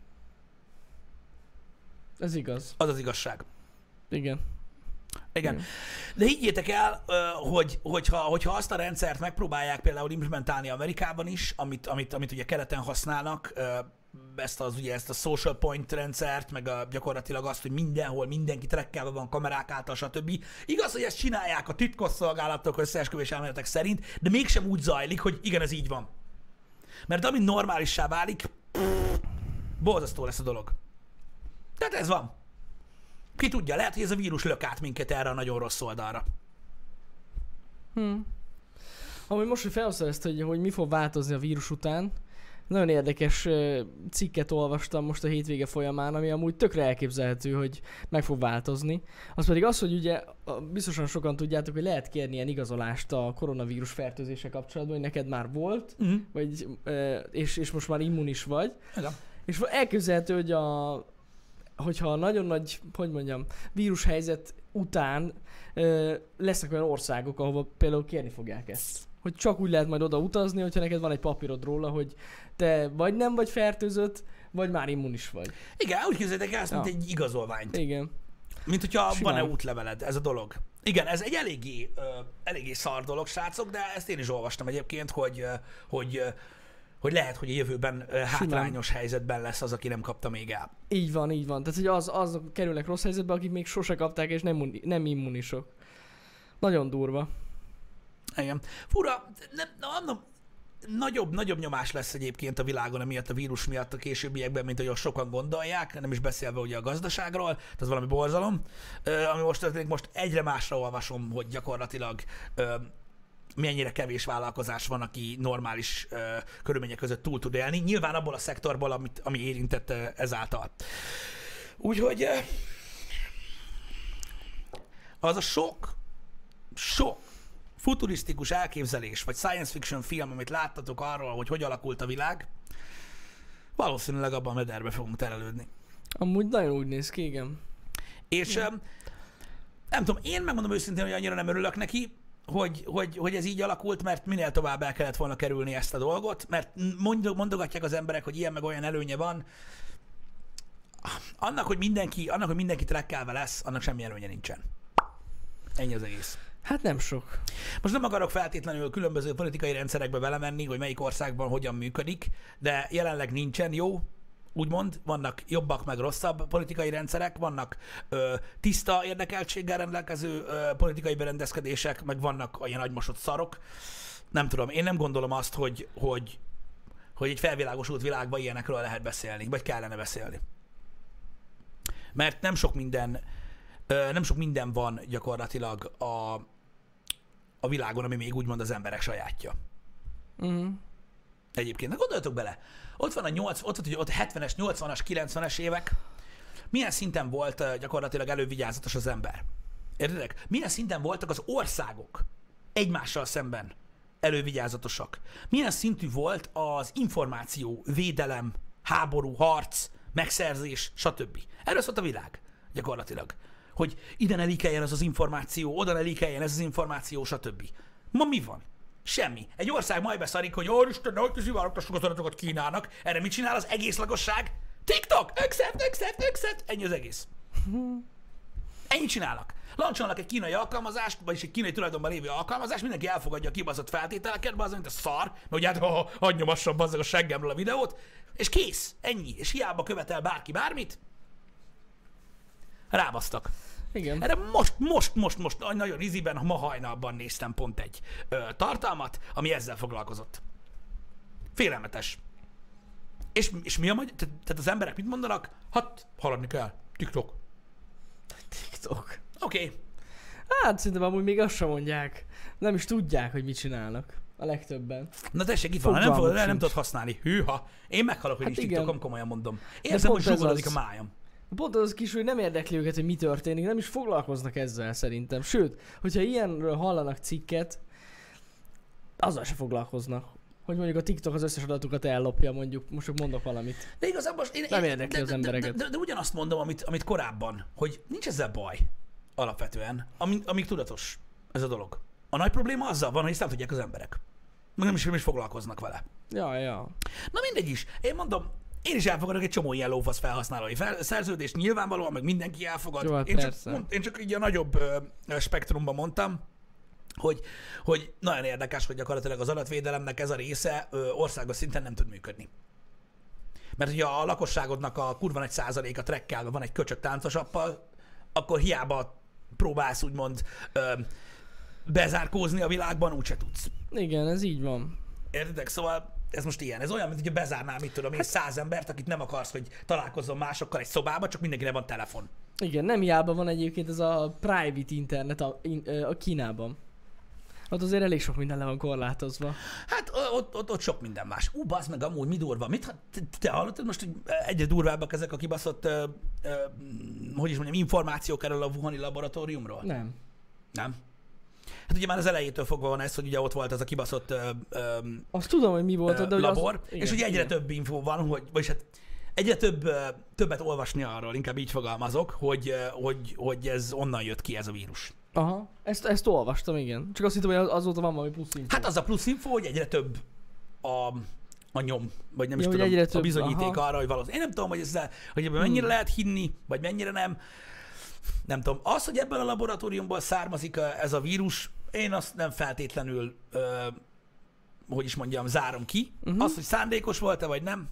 Ez igaz. Az az igazság. Igen. Igen. Igen. De higgyétek el, ö, hogy, hogyha, hogyha azt a rendszert megpróbálják például implementálni Amerikában is, amit, amit, amit ugye keleten használnak, ö, ezt, az, ugye, ezt a social point rendszert, meg a, gyakorlatilag azt, hogy mindenhol mindenki trekkelve van kamerák által, stb. Igaz, hogy ezt csinálják a titkosszolgálatok összeesküvés elméletek szerint, de mégsem úgy zajlik, hogy igen, ez így van. Mert amint normálissá válik, borzasztó lesz a dolog. Tehát ez van. Ki tudja, lehet, hogy ez a vírus lök át minket erre a nagyon rossz oldalra. Hm. Amúgy most, hogy felhoztad ezt, hogy, hogy mi fog változni a vírus után, nagyon érdekes ö, cikket olvastam most a hétvége folyamán, ami amúgy tökre elképzelhető, hogy meg fog változni. Az pedig az, hogy ugye a- biztosan sokan tudjátok, hogy lehet kérni ilyen igazolást a koronavírus fertőzése kapcsolatban, hogy neked már volt, Mm. vagy, ö, és, és most már immunis vagy. Igen. És elképzelhető, hogy a, hogyha a nagyon nagy, hogy mondjam, vírushelyzet után ö, lesznek olyan országok, ahova például kérni fogják ezt. Hogy csak úgy lehet majd oda utazni, hogyha neked van egy papírod róla, hogy te vagy nem vagy fertőzött, vagy már immunis vagy. Igen, úgy képzeljétek el ezt, mint Ja. egy igazolványt. Igen. Mint hogyha Simán. van-e útleveled, ez a dolog. Igen, ez egy eléggé, ö, eléggé szar dolog, srácok, de ezt én is olvastam egyébként, hogy, ö, hogy, ö, hogy lehet, hogy a jövőben ö, hátrányos helyzetben lesz az, aki nem kapta még el. Így van, így van. Tehát, hogy az, azok kerülnek rossz helyzetbe, akik még sose kapták, és nem, uni- nem immunisok. Nagyon durva. Igen. Fura, nem, nem, nagyobb, nagyobb nyomás lesz egyébként a világon emiatt a vírus miatt a későbbiekben, mint ahogy sokan gondolják, nem is beszélve ugye a gazdaságról, ez valami borzalom. Ami most történik, most egyre másra olvasom, hogy gyakorlatilag mennyire kevés vállalkozás van, aki normális körülmények között túl tud élni. Nyilván abból a szektorból, amit, ami érintett ezáltal. Úgyhogy az a sok, sok futurisztikus elképzelés, vagy science fiction film, amit láttatok arról, hogy hogy alakult a világ, valószínűleg abban a mederbe fogunk terelődni. Amúgy nagyon úgy néz ki, igen. És ja. nem tudom, én megmondom őszintén, hogy annyira nem örülök neki, hogy, hogy, hogy ez így alakult, mert minél tovább el kellett volna kerülni ezt a dolgot, mert mondogatják az emberek, hogy ilyen meg olyan előnye van. Annak, hogy mindenki, annak, hogy mindenki trekkelve lesz, annak semmi előnye nincsen. Ennyi az egész. Hát nem sok. Most nem akarok feltétlenül különböző politikai rendszerekbe belemenni, hogy melyik országban hogyan működik, de jelenleg nincsen jó, úgymond, vannak jobbak meg rosszabb politikai rendszerek, vannak ö, tiszta érdekeltséggel rendelkező ö, politikai berendezkedések, meg vannak olyan agymosott szarok. Nem tudom, én nem gondolom azt, hogy, hogy, hogy egy felvilágosult világban ilyenekről lehet beszélni, vagy kellene beszélni. Mert nem sok minden, ö, nem sok minden van gyakorlatilag a, a világon, ami még úgymond az emberek sajátja. Uh-huh. Egyébként, na gondoljatok bele, ott van a nyolc, ott, ott, ott hetvenes, nyolcvanas, kilencvenes évek, milyen szinten volt uh, gyakorlatilag elővigyázatos az ember? Értedek? Milyen szinten voltak az országok egymással szemben elővigyázatosak? Milyen szintű volt az információ, védelem, háború, harc, megszerzés, stb. Erről szólt a világ gyakorlatilag. Hogy ide ne likeljen az az információ, oda ne likeljen ez az információ, stb. Ma mi van? Semmi. Egy ország majd beszarik, hogy ó, Isten, ne kizivárogtassuk az adatokat Kínának. Erre mit csinál az egész lakosság? TikTok! Accept, accept, accept! Ennyi az egész. Ennyit csinálnak. Lancsolnak egy kínai alkalmazást, vagyis egy kínai tulajdonban lévő alkalmazást, mindenki elfogadja a kibaszott feltételeket, az, mint a szar, mert ugye hát, ha hadd nyomassam bazzag a seggemről a videót, és kész. Ennyi. És hiába követel bárki bármit, rábasztak. Igen. Erre most, most, most, most nagyon iziben, ma hajnalban néztem pont egy ö, tartalmat, ami ezzel foglalkozott. Félelmetes. És, és mi a magyar? Te, tehát az emberek mit mondanak? Hát, haladni kell. TikTok. TikTok. Oké. Okay. Hát szerintem amúgy még azt sem mondják. Nem is tudják, hogy mit csinálnak. A legtöbben. Na tessék, itt van, nem, fogod, nem tudod használni. Hűha. Én meghalok, hogy hát nincs TikTokom, komolyan mondom. Érzem, hogy zsugorodik a májam. Pont az kis, hogy nem érdekli őket, hogy mi történik, nem is foglalkoznak ezzel szerintem. Sőt, hogyha ilyenről hallanak cikket, azzal se foglalkoznak. Hogy mondjuk a TikTok az összes adatukat ellopja, mondjuk, most csak mondok valamit. De igazából most én, nem én, érdekli de, az embereket. De, de, de, de ugyanazt mondom, amit, amit korábban, hogy nincs ezzel baj alapvetően, amíg, amíg tudatos ez a dolog. A nagy probléma azzal van, hogy ezt nem tudják az emberek. Meg nem is, nem is foglalkoznak vele. Ja, ja. Na mindegy is. Én mondom, én is elfogadok egy csomó ilyen lófasz felhasználói fel, szerződést, nyilvánvalóan, meg mindenki elfogad. Jó, én, csak, persze. én csak így a nagyobb ö, spektrumban mondtam, hogy, hogy nagyon érdekes, hogy gyakorlatilag az adatvédelemnek ez a része ö, országos szinten nem tud működni. Mert hogyha a lakosságodnak a kurva nagy százaléka trekkelve van egy köcsök táncosappal, akkor hiába próbálsz úgymond ö, bezárkózni a világban, úgyse tudsz. Igen, ez így van. Értedek? Szóval ez most ilyen. Ez olyan, mint hogyha bezárnál, mit tudom én, hát, száz embert, akit nem akarsz, hogy találkozzon másokkal egy szobába, csak mindenkinek van telefon. Igen, nem hiába van egyébként ez a private internet a, a Kínában. Ott azért elég sok minden le van korlátozva. Hát ott, ott, ott sok minden más. Ú, bazd meg, amúgy mi durva? Mit, te, te hallottad most, hogy egyre durvábbak ezek a kibaszott, ö, ö, hogy is mondjam, információk erről a Wuhani laboratóriumról? Nem. Nem? Hát ugye már az elejétől fogva van ez, hogy ugye ott volt ez a kibaszott ö, ö, azt tudom, hogy mi volt, ö, de hogy labor, az... igen, és ugye egyre igen. több infó van, hogy, vagyis hát egyre több, ö, többet olvasni arról, inkább így fogalmazok, hogy, ö, hogy, hogy ez onnan jött ki ez a vírus. Aha, ezt, ezt olvastam, igen. Csak azt hittem, hogy az, azóta van valami plusz info. Hát az a plusz info, hogy egyre több a, a nyom, vagy nem is ja, tudom, egyre a több, bizonyíték aha. arra, hogy valószínű. Én nem tudom, hogy, ezzel, hogy ebben mennyire hmm. lehet hinni, vagy mennyire nem. Nem tudom. Az, hogy ebben a laboratóriumból származik ez a vírus, én azt nem feltétlenül, ö, hogy is mondjam, zárom ki. Uh-huh. Az, hogy szándékos volt-e, vagy nem,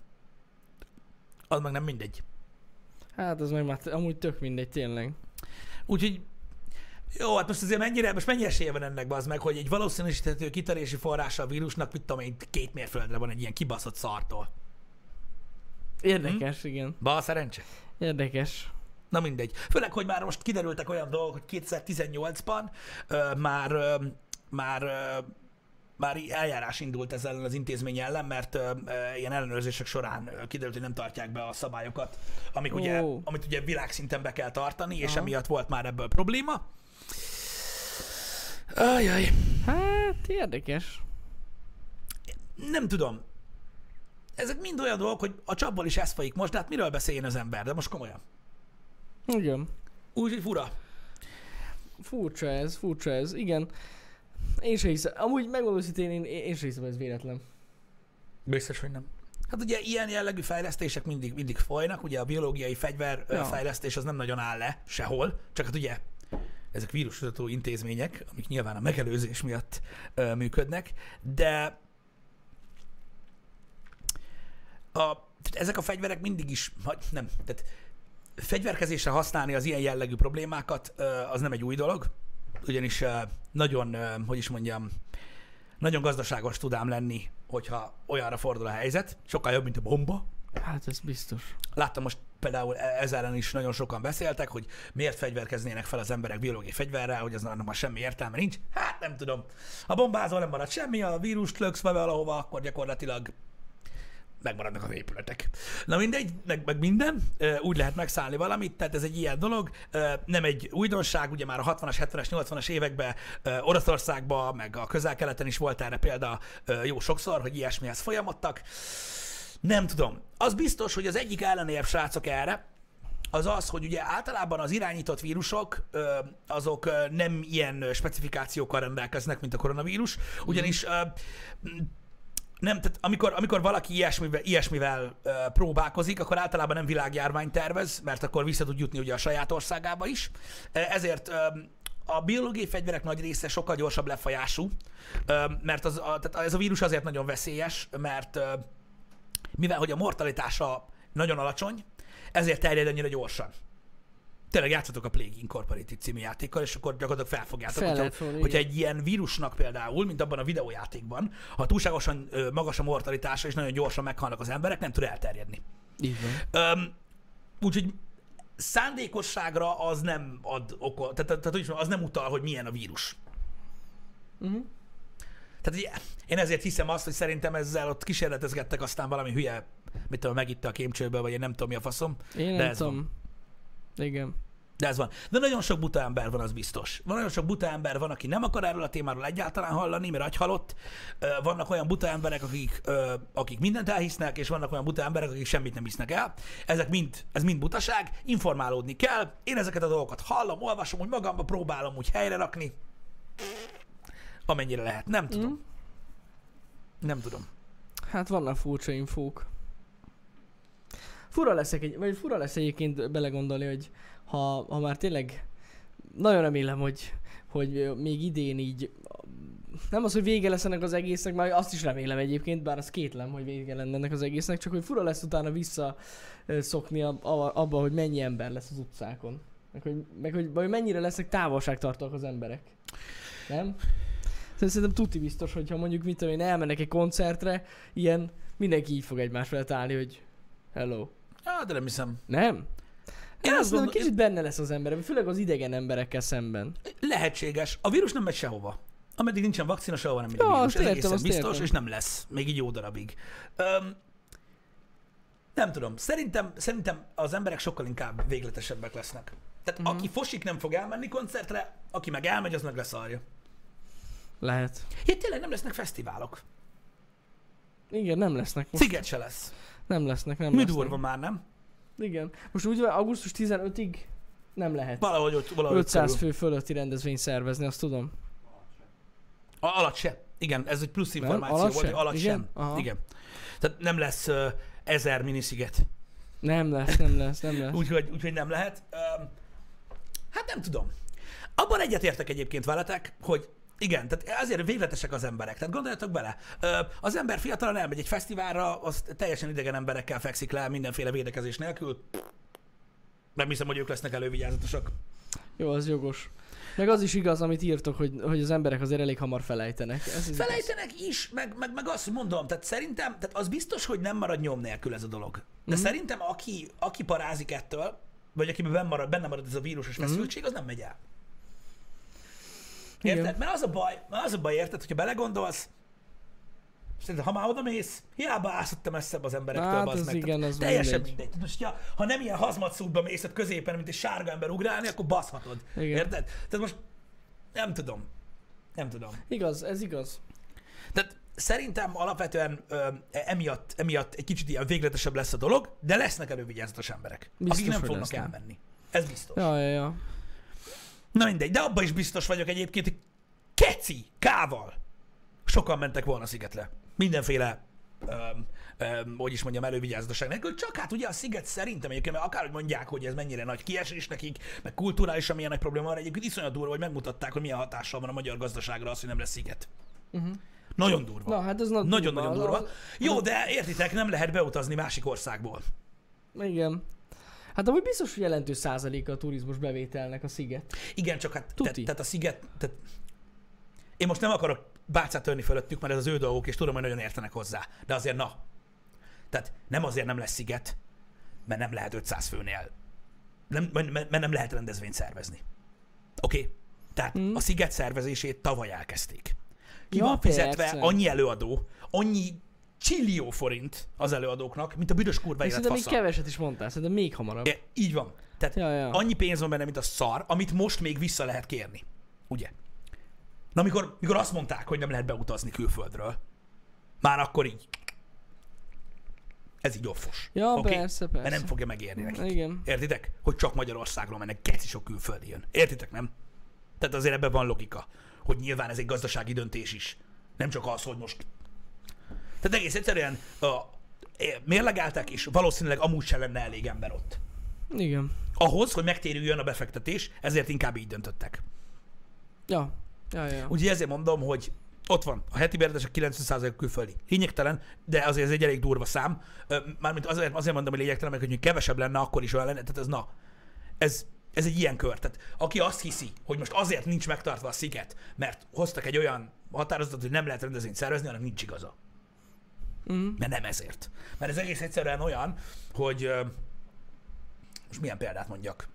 az meg nem mindegy. Hát ez meg már amúgy tök mindegy, tényleg. Úgyhogy Jó, hát most azért mennyire, most mennyi esélye van ennek, bazd meg, hogy egy valószínűsíthető kitörési forrása a vírusnak, mit tudom én, két mérföldre van egy ilyen kibaszott szartól. Érdekes, hm? igen. Bal szerencse. Érdekes. Na mindegy. Főleg, hogy már most kiderültek olyan dolgok, hogy kétezer-tizennyolcban ö, már, ö, már, ö, már eljárás indult ezzel ellen az intézmény ellen, mert ö, ö, ilyen ellenőrzések során ö, kiderült, hogy nem tartják be a szabályokat, amik oh. ugye, amit ugye világszinten be kell tartani, és Aha. emiatt volt már ebből probléma. Ajaj. Hát, érdekes. Nem tudom. Ezek mind olyan dolgok, hogy a csapból is ez folyik most, de hát miről beszéljen az ember, de most komolyan. Igen. Úgyhogy fura. Furcsa ez, furcsa ez, igen. Én sem hiszem. Amúgy megmondom őszintén, én, én sem hiszem, hogy ez véletlen. Biztos, hogy nem. Hát ugye ilyen jellegű fejlesztések mindig, mindig folynak, ugye a biológiai fegyver ja. fejlesztés az nem nagyon áll le sehol, csak hát ugye ezek víruskutató intézmények, amik nyilván a megelőzés miatt ö, működnek, de a, ezek a fegyverek mindig is, nem, tehát fegyverkezésre használni az ilyen jellegű problémákat ö, az nem egy új dolog, ugyanis ö, nagyon, ö, hogy is mondjam, nagyon gazdaságos tud ám lenni, hogyha olyanra fordul a helyzet, sokkal jobb, mint a bomba. Hát ez biztos. Láttam most például ezzel ellen is nagyon sokan beszéltek, hogy miért fegyverkeznének fel az emberek biológiai fegyverrel, hogy az annak már semmi értelme nincs. Hát nem tudom. Ha bombázol, nem marad semmi, a vírust löksz be valahova, akkor gyakorlatilag megmaradnak az épületek. Na mindegy, meg, meg minden, úgy lehet megszállni valamit, tehát ez egy ilyen dolog, nem egy újdonság, ugye már a hatvanas, hetvenes, nyolcvanas években Oroszországban, meg a Közel-Keleten is volt erre példa jó sokszor, hogy ilyesmihez folyamodtak. Nem tudom. Az biztos, hogy az egyik ellenérv, srácok, erre, az az, hogy ugye általában az irányított vírusok, azok nem ilyen specifikációkkal rendelkeznek, mint a koronavírus, ugyanis nem, tehát amikor, amikor valaki ilyesmivel, ilyesmivel uh, próbálkozik, akkor általában nem világjárvány tervez, mert akkor vissza tud jutni ugye a saját országába is. Ezért um, a biológiai fegyverek nagy része sokkal gyorsabb lefolyású, um, mert az, a, tehát ez a vírus azért nagyon veszélyes, mert uh, mivel hogy a mortalitása nagyon alacsony, ezért terjed annyira gyorsan. Tényleg játszatok a Plague Incorporated című játékkal, és akkor gyakorlatilag felfogjátok, Fel hogyha, fogni, hogyha egy ilyen vírusnak például, mint abban a videójátékban, ha túlságosan ö, magas a mortalitása, és nagyon gyorsan meghalnak az emberek, nem tud elterjedni. Így van. Um, úgyhogy szándékosságra az nem ad okot, tehát, tehát úgy, az nem utal, hogy milyen a vírus. Uh-huh. Tehát ugye, én ezért hiszem azt, hogy szerintem ezzel ott kísérletezgettek, aztán valami hülye, mit tudom, megitta a kémcsőből, vagy én nem tudom mi a faszom. Én de nem ez tudom. Van. Igen. De ez van. De nagyon sok buta ember van, az biztos. Van nagyon sok buta ember van, aki nem akar erről a témáról egyáltalán hallani, mert agyhalott. Vannak olyan buta emberek, akik, akik mindent elhisznek, és vannak olyan buta emberek, akik semmit nem hisznek el. Ezek mind, ez mind butaság, informálódni kell. Én ezeket a dolgokat hallom, olvasom, hogy magamba próbálom úgy helyre rakni. Amennyire lehet. Nem tudom. Mm. Nem tudom. Hát vannak furcsa infók. Fura lesz, egy, vagy fura lesz egyébként belegondolni, hogy ha, ha már tényleg nagyon remélem, hogy, hogy még idén így nem az, hogy vége lesz ennek az egésznek, már azt is remélem egyébként, bár az kétlem, hogy vége lenne ennek az egésznek, csak hogy fura lesz utána visszaszokni abba, hogy mennyi ember lesz az utcákon. Meg hogy, meg hogy, hogy mennyire lesznek távolságtartóak az emberek. Nem? Szerintem tuti biztos, hogyha mondjuk mit tudom én, elmennek egy koncertre, ilyen mindenki így fog egymás felett állni, hogy hello. Ah, de nem hiszem. Nem? Én Én azt azt mondom, gondol... kicsit benne lesz az ember, főleg az idegen emberekkel szemben. Lehetséges. A vírus nem megy sehova. Ameddig nincsen vakcina, sehova nem megy Ja, a vírus. azt Ez értem, egészen azt biztos, értem. és nem lesz. Még így jó darabig. Öm, nem tudom. Szerintem, szerintem az emberek sokkal inkább végletesebbek lesznek. Tehát Mhm. aki fosik, nem fog elmenni koncertre, aki meg elmegy, az meg leszarja. Lehet. Ja, tényleg nem lesznek fesztiválok. Igen, nem lesznek most. Sziget se lesz. Nem lesznek, nem Mi lesznek. durva már, nem? Igen. Most úgy van, augusztus tizenötödiig nem lehet. Valahogy ott, valahogy ötszáz körül. fő fölötti rendezvényt szervezni, azt tudom. A, alatt se. Igen, ez egy plusz információ alatt volt, se? hogy alatt Igen? sem. Aha. Igen. Tehát nem lesz uh, ezer minisziget. Nem lesz, nem lesz, nem lesz. Úgyhogy úgy, nem lehet. Um, hát nem tudom. Abban egyetértek egyébként veletek, hogy igen, tehát azért végletesek az emberek. Tehát gondoljatok bele, az ember fiatalan elmegy egy fesztiválra, az teljesen idegen emberekkel fekszik le mindenféle védekezés nélkül. Nem hiszem, hogy ők lesznek elővigyázatosak. Jó, az jogos. Meg az is igaz, amit írtok, hogy, hogy az emberek azért elég hamar felejtenek. Ez is Felejtenek igaz. is, meg, meg, meg azt mondom, tehát szerintem, tehát az biztos, hogy nem marad nyom nélkül ez a dolog. De mm-hmm. szerintem aki, aki parázik ettől, vagy akiben benne marad, benne marad ez a vírusos feszültség, mm-hmm. az nem megy el. Érted? Igen. Mert az a baj, mert az a baj, érted, hogyha belegondolsz, ha már oda mész, hiába állsz messzebb az emberektől, hát bazd meg. Igen, az teljesen mindegy. mindegy. Most, ha, ha nem ilyen hazmatszútba mész középen, mint egy sárga ember ugrálni, akkor baszhatod. Igen. Érted? Tehát most nem tudom. Nem tudom. Igaz, ez igaz. Tehát szerintem alapvetően ö, emiatt, emiatt egy kicsit ilyen végletesebb lesz a dolog, de lesznek elővigyázatos emberek, biztos, akik nem fognak lesznek. elmenni. Ez biztos. Ja, ja, ja. Na mindegy, de abban is biztos vagyok egyébként, hogy keci, kával sokan mentek volna szigetre. Mindenféle, öm, öm, hogy is mondjam, elővigyázatosság nélkül. Csak hát ugye a sziget szerintem egyébként, mert akárhogy mondják, hogy ez mennyire nagy kiesés nekik, meg kulturálisan milyen nagy probléma van, egyébként iszonyat durva, hogy megmutatták, hogy milyen hatással van a magyar gazdaságra az, hogy nem lesz sziget. Uh-huh. Nagyon durva. Na, hát ez nagyon Nagyon-nagyon durva. durva. Jó, de értitek, nem lehet beutazni másik országból. Igen. Hát amúgy biztos, hogy jelentős százaléka a turizmus bevételnek a sziget. Igen, csak hát te, tehát a sziget... Tehát... Én most nem akarok bácát törni fölöttük, mert ez az ő dolgok, és tudom, hogy nagyon értenek hozzá. De azért na. Tehát nem azért nem lesz sziget, mert nem lehet ötszáz főnél. Nem, mert nem lehet rendezvényt szervezni. Oké? Okay? Tehát mm. a sziget szervezését tavaly elkezdték. Ki ja, van fizetve persze. annyi előadó, annyi csillió forint az előadóknak, mint a büdös kurva élet fasza. Szerintem még keveset is mondtál, szerintem még hamarabb. É, így van. Tehát ja, ja. annyi pénz van benne, mint a szar, amit most még vissza lehet kérni. Ugye? Na, amikor, amikor azt mondták, hogy nem lehet beutazni külföldről, már akkor így. Ez így offos. Ja, okay? persze, persze. Mert nem fogja megérni nekik. Igen. Értitek? Hogy csak Magyarországról mennek, geci sok külföldi jön. Értitek, nem? Tehát azért ebben van logika, hogy nyilván ez egy gazdasági döntés is. Nem csak az, hogy most... Tehát egész egyszerűen uh, mérlegeltek, és valószínűleg amúgy sem lenne elég ember ott. Igen. Ahhoz, hogy megtérüljön a befektetés, ezért inkább így döntöttek. Ja. Ja, ja. Úgyhogy ezért mondom, hogy ott van, a heti bérletesek kilencven százalék külföldi. Lényegtelen, de azért ez egy elég durva szám. Mármint azért, azért mondom, hogy lényegtelen, mert hogy kevesebb lenne, akkor is olyan lenne. Tehát ez na, ez, ez egy ilyen kör. Tehát aki azt hiszi, hogy most azért nincs megtartva a sziget, mert hoztak egy olyan határozatot, hogy nem lehet rendezvényt szervezni, annak nincs igaza. Mm. Mert nem ezért. Mert ez egész egyszerűen olyan, hogy most milyen példát mondjak.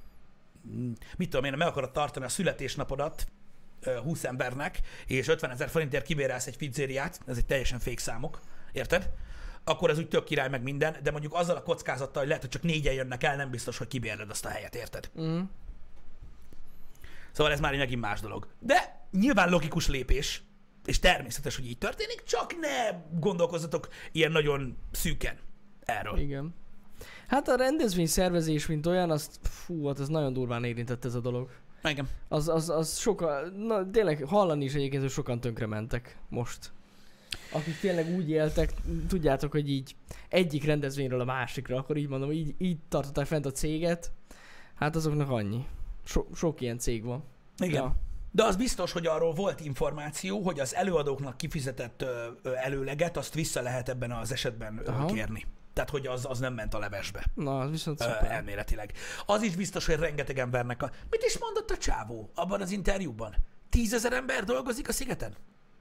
Mit tudom én, meg akarod tartani a születésnapodat húsz embernek, és ötvenezer forintért kibérelsz egy pizzériát, ez egy teljesen fake számok, érted? Akkor ez úgy tök király meg minden, de mondjuk azzal a kockázattal, hogy lehet, hogy csak négyen jönnek el, nem biztos, hogy kibérled azt a helyet, érted? Mm. Szóval ez már egy megint más dolog. De nyilván logikus lépés, és természetes, hogy így történik, csak ne gondolkozzatok ilyen nagyon szűken erről. Igen. Hát a rendezvény szervezés, mint olyan, azt, fú, hát ez nagyon durván érintett ez a dolog. Igen. Az, az, az sokan, na tényleg hallani is egyébként, hogy sokan tönkrementek most. Akik tényleg úgy éltek, tudjátok, hogy így egyik rendezvényről a másikra, akkor így mondom, így, így tartották fent a céget, hát azoknak annyi. So, sok ilyen cég van. Igen. Ja. De az biztos, hogy arról volt információ, hogy az előadóknak kifizetett ö, ö, előleget, azt vissza lehet ebben az esetben ö, kérni. Tehát, hogy az, az nem ment a levesbe. Na, az viszont Ö, elméletileg. Az is biztos, hogy rengeteg embernek a... Mit is mondott a csávó abban az interjúban? Tízezer ember dolgozik a szigeten?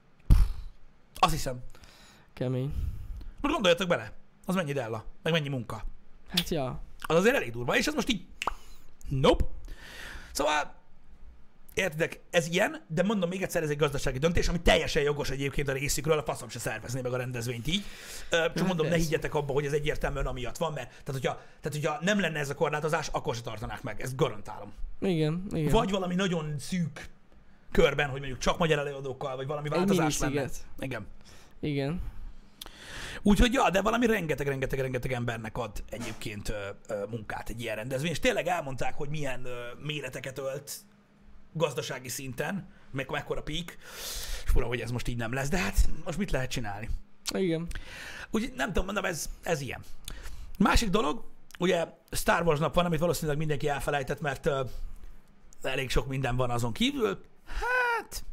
Azt hiszem. Kemény. Most gondoljatok bele, az mennyi della, meg mennyi munka. Hát ja. Az azért elég durva, és ez most így... Nope. Szóval... Értedek, ez ilyen, de mondom még egyszer, ez egy gazdasági döntés, ami teljesen jogos egyébként a részükről, a faszom se szervezné meg a rendezvényt így. Csak hát mondom, ne higgyetek abba, hogy ez egyértelműen amiatt van, mert tehát hogyha, tehát, hogyha nem lenne ez a korlátozás, akkor se tartanák meg, ezt garantálom. Igen, igen. Vagy valami nagyon szűk körben, hogy mondjuk csak magyar előadókkal, vagy valami változás lenne. Igen. Igen. Úgyhogy ja, de valami rengeteg-rengeteg-rengeteg embernek ad egyébként ö, ö, munkát egy ilyen rendezvény, és tényleg elmondták, hogy milyen ö, méreteket ölt gazdasági szinten, meg mekkora peak, és fura, hogy ez most így nem lesz, de hát most mit lehet csinálni? Igen. Úgyhogy nem tudom, mondom, ez, ez ilyen. Másik dolog, ugye Star Wars nap van, amit valószínűleg mindenki elfelejtett, mert uh, elég sok minden van azon kívül. Hát...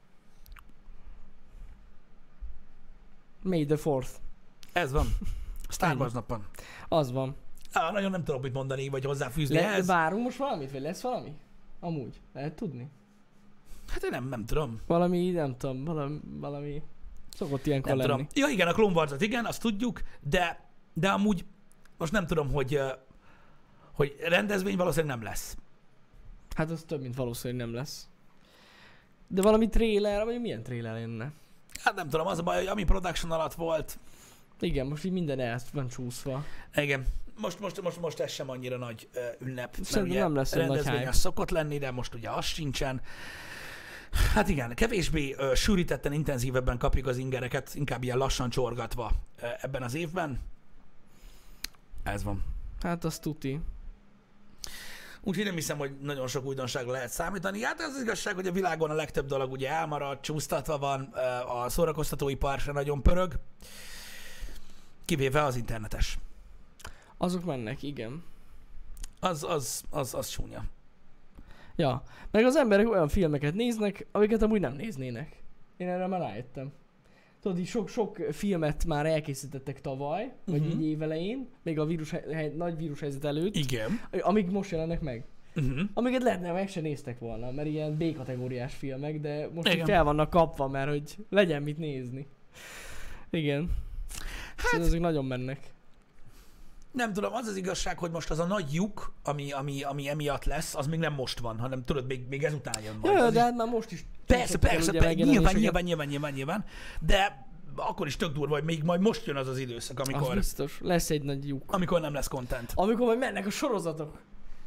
May the fourth. Ez van. Star Wars nap van. Az van. Ah, nagyon nem tudok mit mondani, vagy hozzáfűzni Le, ehhez. Várunk most valamit, vagy lesz valami? Amúgy. Lehet tudni? Hát én nem, nem tudom. Valami, nem tudom, valami, valami szokott ilyenkor Nem lenni. tudom. Ja igen, a Clone Wars-ot igen, azt tudjuk, de, de amúgy most nem tudom, hogy, ö, hogy rendezvény valószínűleg nem lesz. Hát az több, mint valószínű, hogy nem lesz. De valami trailer, vagy milyen trailer lenne? Hát nem tudom, az a baj, hogy ami production alatt volt, Igen, most így minden el van csúszva. igen, most, most, most, most ez sem annyira nagy ö, ünnep. mert Szerintem ugye nem lesz egy nagy rendezvény hype. az szokott lenni, de most ugye az sincsen. Hát igen, kevésbé ö, sűrítetten, intenzívebben kapjuk az ingereket, inkább ilyen lassan csorgatva ö, ebben az évben. Ez van. Hát az tuti. Úgyhogy nem hiszem, hogy nagyon sok újdonságra lehet számítani. Hát az igazság, hogy a világon a legtöbb dolog ugye elmarad, csúsztatva van, ö, a szórakoztatóipar se nagyon pörög, kivéve az internetes. Azok mennek, igen. Az, az, az, az csúnya. Ja, meg az emberek olyan filmeket néznek, amiket amúgy nem néznének. Én erre már rájöttem. Tudod, így sok-sok filmet már elkészítettek tavaly, vagy Mhm. így évelején, még a vírus, hely- nagy vírushelyzet előtt, Igen. amik most jelennek meg. Uh-huh. Amiket lehetne meg se néztek volna, mert ilyen B-kategóriás filmek, de most így Igen. fel vannak kapva, mert hogy legyen mit nézni. Igen. Hát... Szóval ezek nagyon mennek. Nem tudom, az az igazság, hogy most az a nagy lyuk, ami, ami, ami emiatt lesz, az még nem most van, hanem tudod, még, még ezután jön majd. Ja, Az de is- hát már most is. persze, szoktak el persze, ugye persze nyilván, megjelenéseket. nyilván, nyilván, nyilván, nyilván, de akkor is tök durva, hogy még majd most jön az az időszak, Az amikor, biztos. Lesz egy nagy lyuk. amikor nem lesz content. Amikor majd mennek a sorozatok.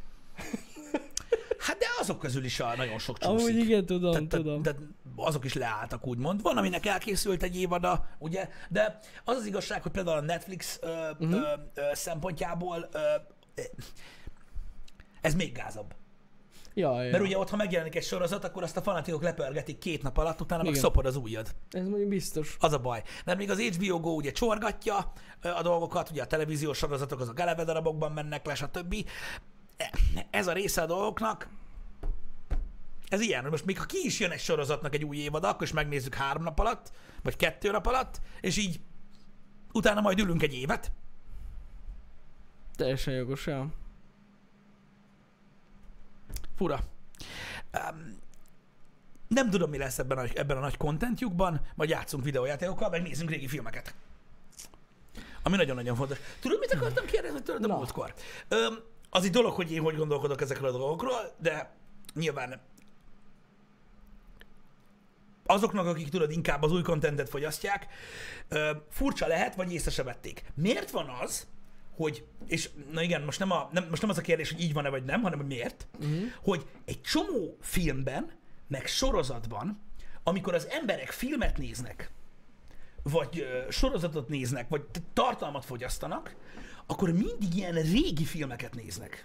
Hát de azok közül is a nagyon sok csúszik. Amúgy igen, tudom, Tehát- tehát- tudom. Tehát azok is leálltak, úgymond. Van, aminek elkészült egy évada, ugye? De az az igazság, hogy például a Netflix ö, Mhm. ö, ö, szempontjából ö, ö, ez még gázabb. Ja, ja. Mert ugye ott, ha megjelenik egy sorozat, akkor azt a fanatikok lepörgetik két nap alatt, utána meg Igen. szopod az ujjad. Ez mondjuk biztos. Az a baj. Mert még az há bé o Go ugye csorgatja ö, a dolgokat, ugye a televíziós sorozatok azok eleve darabokban mennek le, stb. Ez a része a dolgoknak, ez ilyen, hogy most még ha ki is jön egy sorozatnak egy új évad, akkor is megnézzük három nap alatt, vagy kettő nap alatt, és így utána majd ülünk egy évet. Teljesen jogos, ja. Fura. Um, nem tudom, mi lesz ebben a, ebben a nagy contentjukban, majd játszunk videójátékokkal, meg nézzünk régi filmeket. Ami nagyon-nagyon fontos. Tudod, mit akartam kérdezni tőled a Na. múltkor? Um, az egy dolog, hogy én hogy gondolkodok ezekről a dolgokról, de nyilván azoknak, akik tudod, inkább az új contentet fogyasztják, ö, furcsa lehet, vagy észre se vették. Miért van az, hogy, és na igen, most nem, a, nem, most nem az a kérdés, hogy így van-e vagy nem, hanem hogy miért, Uh-huh. hogy egy csomó filmben, meg sorozatban, amikor az emberek filmet néznek, vagy ö, sorozatot néznek, vagy t- tartalmat fogyasztanak, akkor mindig ilyen régi filmeket néznek.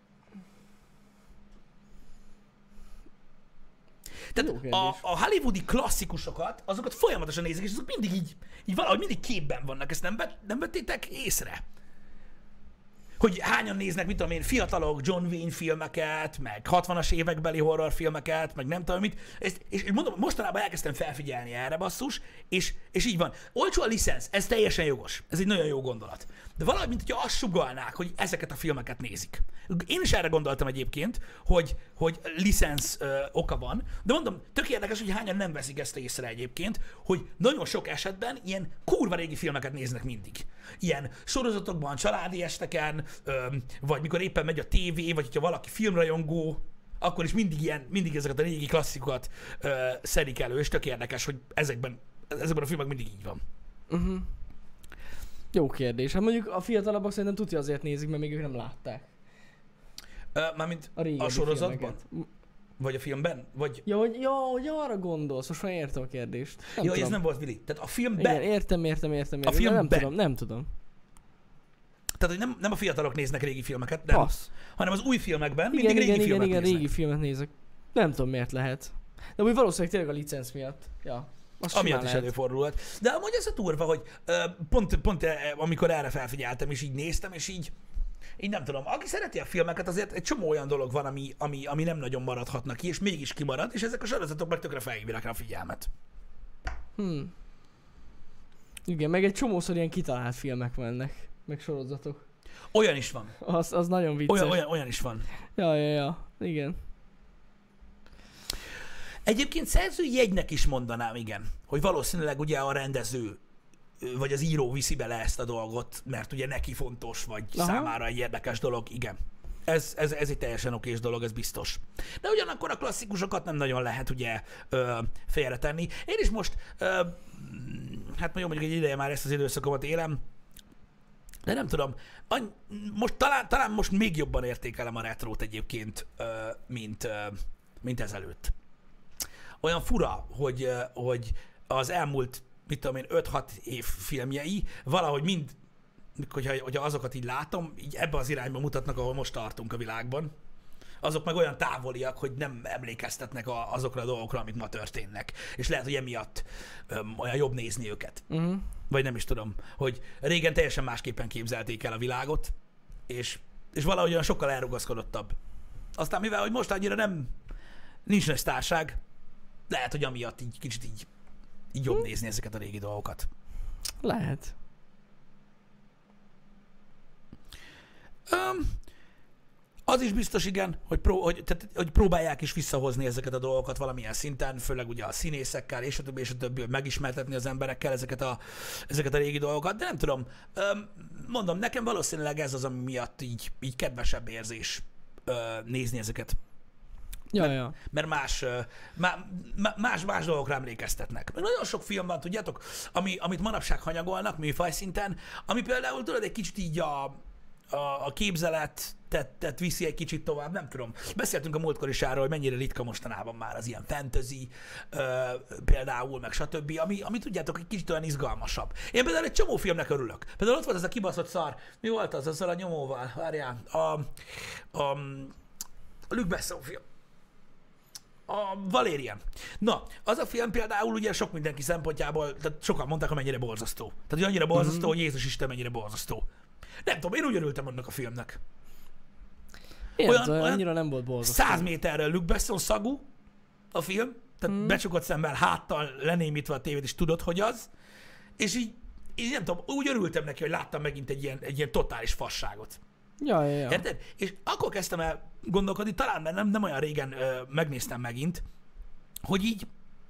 Jó Tehát kérdés. a, a hollywoodi klasszikusokat, azokat folyamatosan nézik, és azok mindig így, így valahogy mindig képben vannak. Ezt nem, vet, nem vettétek észre? Hogy hányan néznek, mit tudom én, fiatalok John Wayne filmeket, meg hatvanas évekbeli horrorfilmeket, meg nem tudom mit. Ezt, és és mondom, mostanában elkezdtem felfigyelni erre, basszus, és, és így van. Olcsó a licensz, ez teljesen jogos. Ez egy nagyon jó gondolat. De valahogy, mint hogyha azt sugallnák, hogy ezeket a filmeket nézik. Én is erre gondoltam egyébként, hogy, hogy licensz ö, oka van, de mondom, tök érdekes, hogy hányan nem veszik ezt észre egyébként, hogy nagyon sok esetben ilyen kurva régi filmeket néznek mindig. Ilyen sorozatokban, családi esteken, ö, vagy mikor éppen megy a tévé, vagy hogyha valaki filmrajongó, akkor is mindig ilyen, mindig ezeket a régi klasszikokat ö, szedik elő, és tök érdekes, hogy ezekben, ezekben a filmek mindig így van. Uh-huh. Jó kérdés. Hát mondjuk a fiatalabbak szerintem tudja azért nézik, mert még ők nem látták. Ö, mármint A régebbi a sorozatban? filmeket. Vagy a filmben? Vagy... Ja, hogy, ja, hogy arra gondolsz, most már értem a kérdést. Nem Jó, tudom. ez nem volt Vili. Tehát a filmben, Igen, értem, értem, értem, értem. A filmben. Nem tudom, nem tudom. tehát hogy nem, nem a fiatalok néznek régi filmeket, nem, Passz. hanem az új filmekben Igen, mindig igen, régi igen, filmet igen, néznek. régi filmet nézek. Nem tudom miért lehet. De úgy valószínűleg tényleg a licenc miatt. Ja. Az Amiatt simán is lehet. előfordulhat. De amúgy ez a durva, hogy ö, pont, pont ö, amikor erre felfigyeltem, és így néztem, és így, így nem tudom, aki szereti a filmeket, azért egy csomó olyan dolog van, ami, ami, ami nem nagyon maradhatnak ki, és mégis kimarad, és ezek a sorozatok meg tökre felhívják rá a figyelmet. Hmm. Igen, meg egy csomószor ilyen kitalált filmek mennek. Meg sorozatok. Olyan is van. Az, az nagyon vicces. Olyan, olyan, olyan is van. Ja, ja, ja. Igen. Egyébként szerzői jegynek is mondanám, igen, hogy valószínűleg ugye a rendező vagy az író viszi bele ezt a dolgot, mert ugye neki fontos, vagy Aha. számára egy érdekes dolog, igen. Ez, ez, ez egy teljesen okés dolog, ez biztos. De ugyanakkor a klasszikusokat nem nagyon lehet ugye ö, félretenni. Én is most, ö, hát mondjuk, mondjuk egy ideje már ezt az időszakomat élem, de nem tudom, any, most talán, talán most még jobban értékelem a retrót egyébként, ö, mint, ö, mint ezelőtt. Olyan fura, hogy, hogy az elmúlt, mit tudom én, öt-hat év filmjei valahogy mind, hogyha, hogyha azokat így látom, így ebbe az irányba mutatnak, ahol most tartunk a világban. Azok meg olyan távoliak, hogy nem emlékeztetnek a, azokra a dolgokra, amik ma történnek. És lehet, hogy emiatt öm, olyan jobb nézni őket. Uh-huh. Vagy nem is tudom, hogy régen teljesen másképpen képzelték el a világot, és, és valahogy olyan sokkal elrugaszkodottabb. Aztán mivel, hogy most annyira nem, nincs nagy sztárság, lehet, hogy amiatt így kicsit így, így jobb hm. nézni ezeket a régi dolgokat. Lehet. Um, az is biztos, igen, hogy, pró, hogy, tehát, hogy próbálják is visszahozni ezeket a dolgokat valamilyen szinten, főleg ugye a színészekkel, és a többi, és a többi, megismertetni az emberekkel ezeket a, ezeket a régi dolgokat, de nem tudom, um, mondom, nekem valószínűleg ez az, ami miatt így, így kedvesebb érzés uh, nézni ezeket. Ja, mert, ja. mert más, más, más dolgokra emlékeztetnek. Mert nagyon sok film van, tudjátok, ami, amit manapság hanyagolnak műfaj szinten, ami például tudod, egy kicsit így a, a, a képzelet tehát viszi egy kicsit tovább, nem tudom. Beszéltünk a múltkor is arról, hogy mennyire ritka mostanában már az ilyen fantasy ö, például, meg stb., ami, ami tudjátok, egy kicsit olyan izgalmasabb. Én például egy csomó filmnek örülök. Például ott volt ez a kibaszott szar, mi volt az azzal a nyomóval, várjál, a, a, a Luc Besson film. A Valerian. Na, az a film például ugye sok mindenki szempontjából, tehát sokan mondták, hogy mennyire borzasztó. Tehát, hogy annyira borzasztó, mm-hmm. hogy Jézus Isten mennyire borzasztó. Nem tudom, én úgy örültem annak a filmnek. Én olyan, olyan annyira nem volt borzasztó. Száz méterrel Luc Besson szagú a film, tehát mm. becsukott szemmel, háttal lenémítve a tévét, és tudod, hogy az. És így, így nem tudom, úgy örültem neki, hogy láttam megint egy ilyen, egy ilyen totális fasságot. Ja, ja, ja. Érted? És akkor kezdtem el gondolkodni, talán mert nem, nem olyan régen ö, megnéztem megint, hogy így,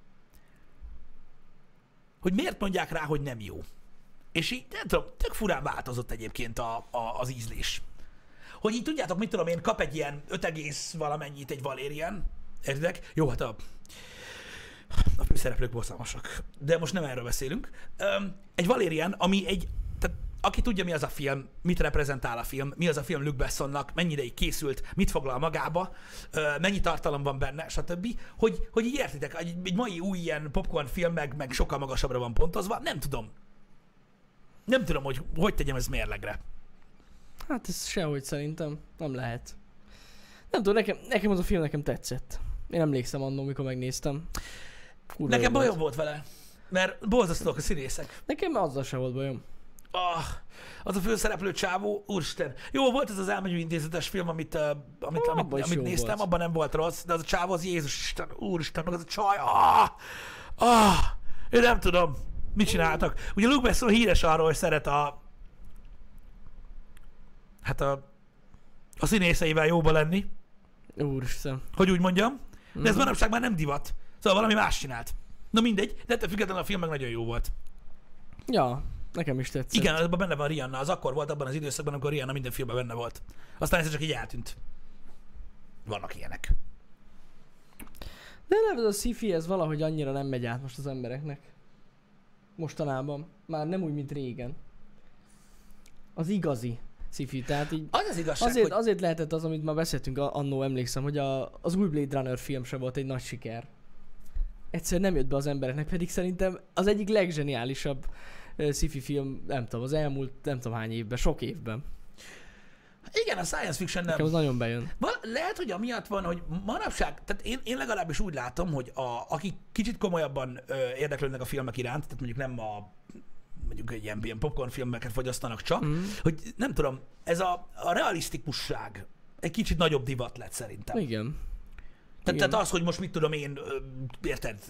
hogy miért mondják rá, hogy nem jó. És így, nem tudom, tök furán változott egyébként a, a, az ízlés. Hogy így tudjátok, mit tudom én, kap egy ilyen öt egész valamennyit egy Valerian, értedek? Jó, hát a, a főszereplők borzalmasak. De most nem erről beszélünk. Öm, egy Valerian, ami egy, tehát aki tudja, mi az a film, mit reprezentál a film, mi az a film Luc Bessonnak, mennyi ideig készült, mit foglal magába, mennyi tartalom van benne, stb. Hogy, hogy így értitek, egy, egy mai új ilyen popcorn film meg, meg sokkal magasabbra van pontozva, nem tudom. Nem tudom, hogy hogy tegyem ez mérlegre. Hát ez sehogy szerintem nem lehet. Nem tudom, nekem, nekem az a film nekem tetszett. Én emlékszem annól, mikor megnéztem. Kurva nekem bajom volt vele, mert borzasztóak a színészek. Nekem azzal se volt bajom. Ah, az a főszereplő csávó, úristen. Jó, volt ez az elmegyő intézetes film, amit, uh, amit, ah, amit, amit néztem, volt. Abban nem volt rossz, de az a csávó az Jézus Isten, úristen, meg az a csaj, ah, ah, én nem tudom, mit csináltak. Ugye Luc Besson híres arról, hogy szeret a, hát a, a színészeivel jóba lenni. Úristen. Hogy úgy mondjam, de mm. ez manapság már nem divat. Szóval valami más csinált. Na mindegy, de ettől függetlenül a film meg nagyon jó volt. Ja. Nekem is tetszett. Igen, abban benne van Rihanna. Az akkor volt abban az időszakban, amikor Rihanna minden filmben benne volt. Aztán ez csak így eltűnt. Vannak ilyenek. De nem, ez a sci-fi, ez valahogy annyira nem megy át most az embereknek. Mostanában. Már nem úgy, mint régen. Az igazi sci-fi, tehát így... Az az igazság, azért, hogy... azért lehetett az, amit már beszéltünk annó, emlékszem, hogy a, az új Blade Runner film sem volt egy nagy siker. Egyszerűen nem jött be az embereknek, pedig szerintem az egyik legzseniálisabb sci-fi film, nem tudom, az elmúlt nem tudom hány évben, sok évben. Igen, a science fiction nem. Nekem az nagyon bejön. Val- lehet, hogy amiatt van, hogy manapság, tehát én, én legalábbis úgy látom, hogy a, akik kicsit komolyabban ö, érdeklődnek a filmek iránt, tehát mondjuk nem a mondjuk egy ilyen, ilyen popcorn filmeket fogyasztanak csak, mm. hogy nem tudom, ez a, a realisztikusság egy kicsit nagyobb divat lett szerintem. Igen. Tehát, Igen. tehát az, hogy most mit tudom én, érted,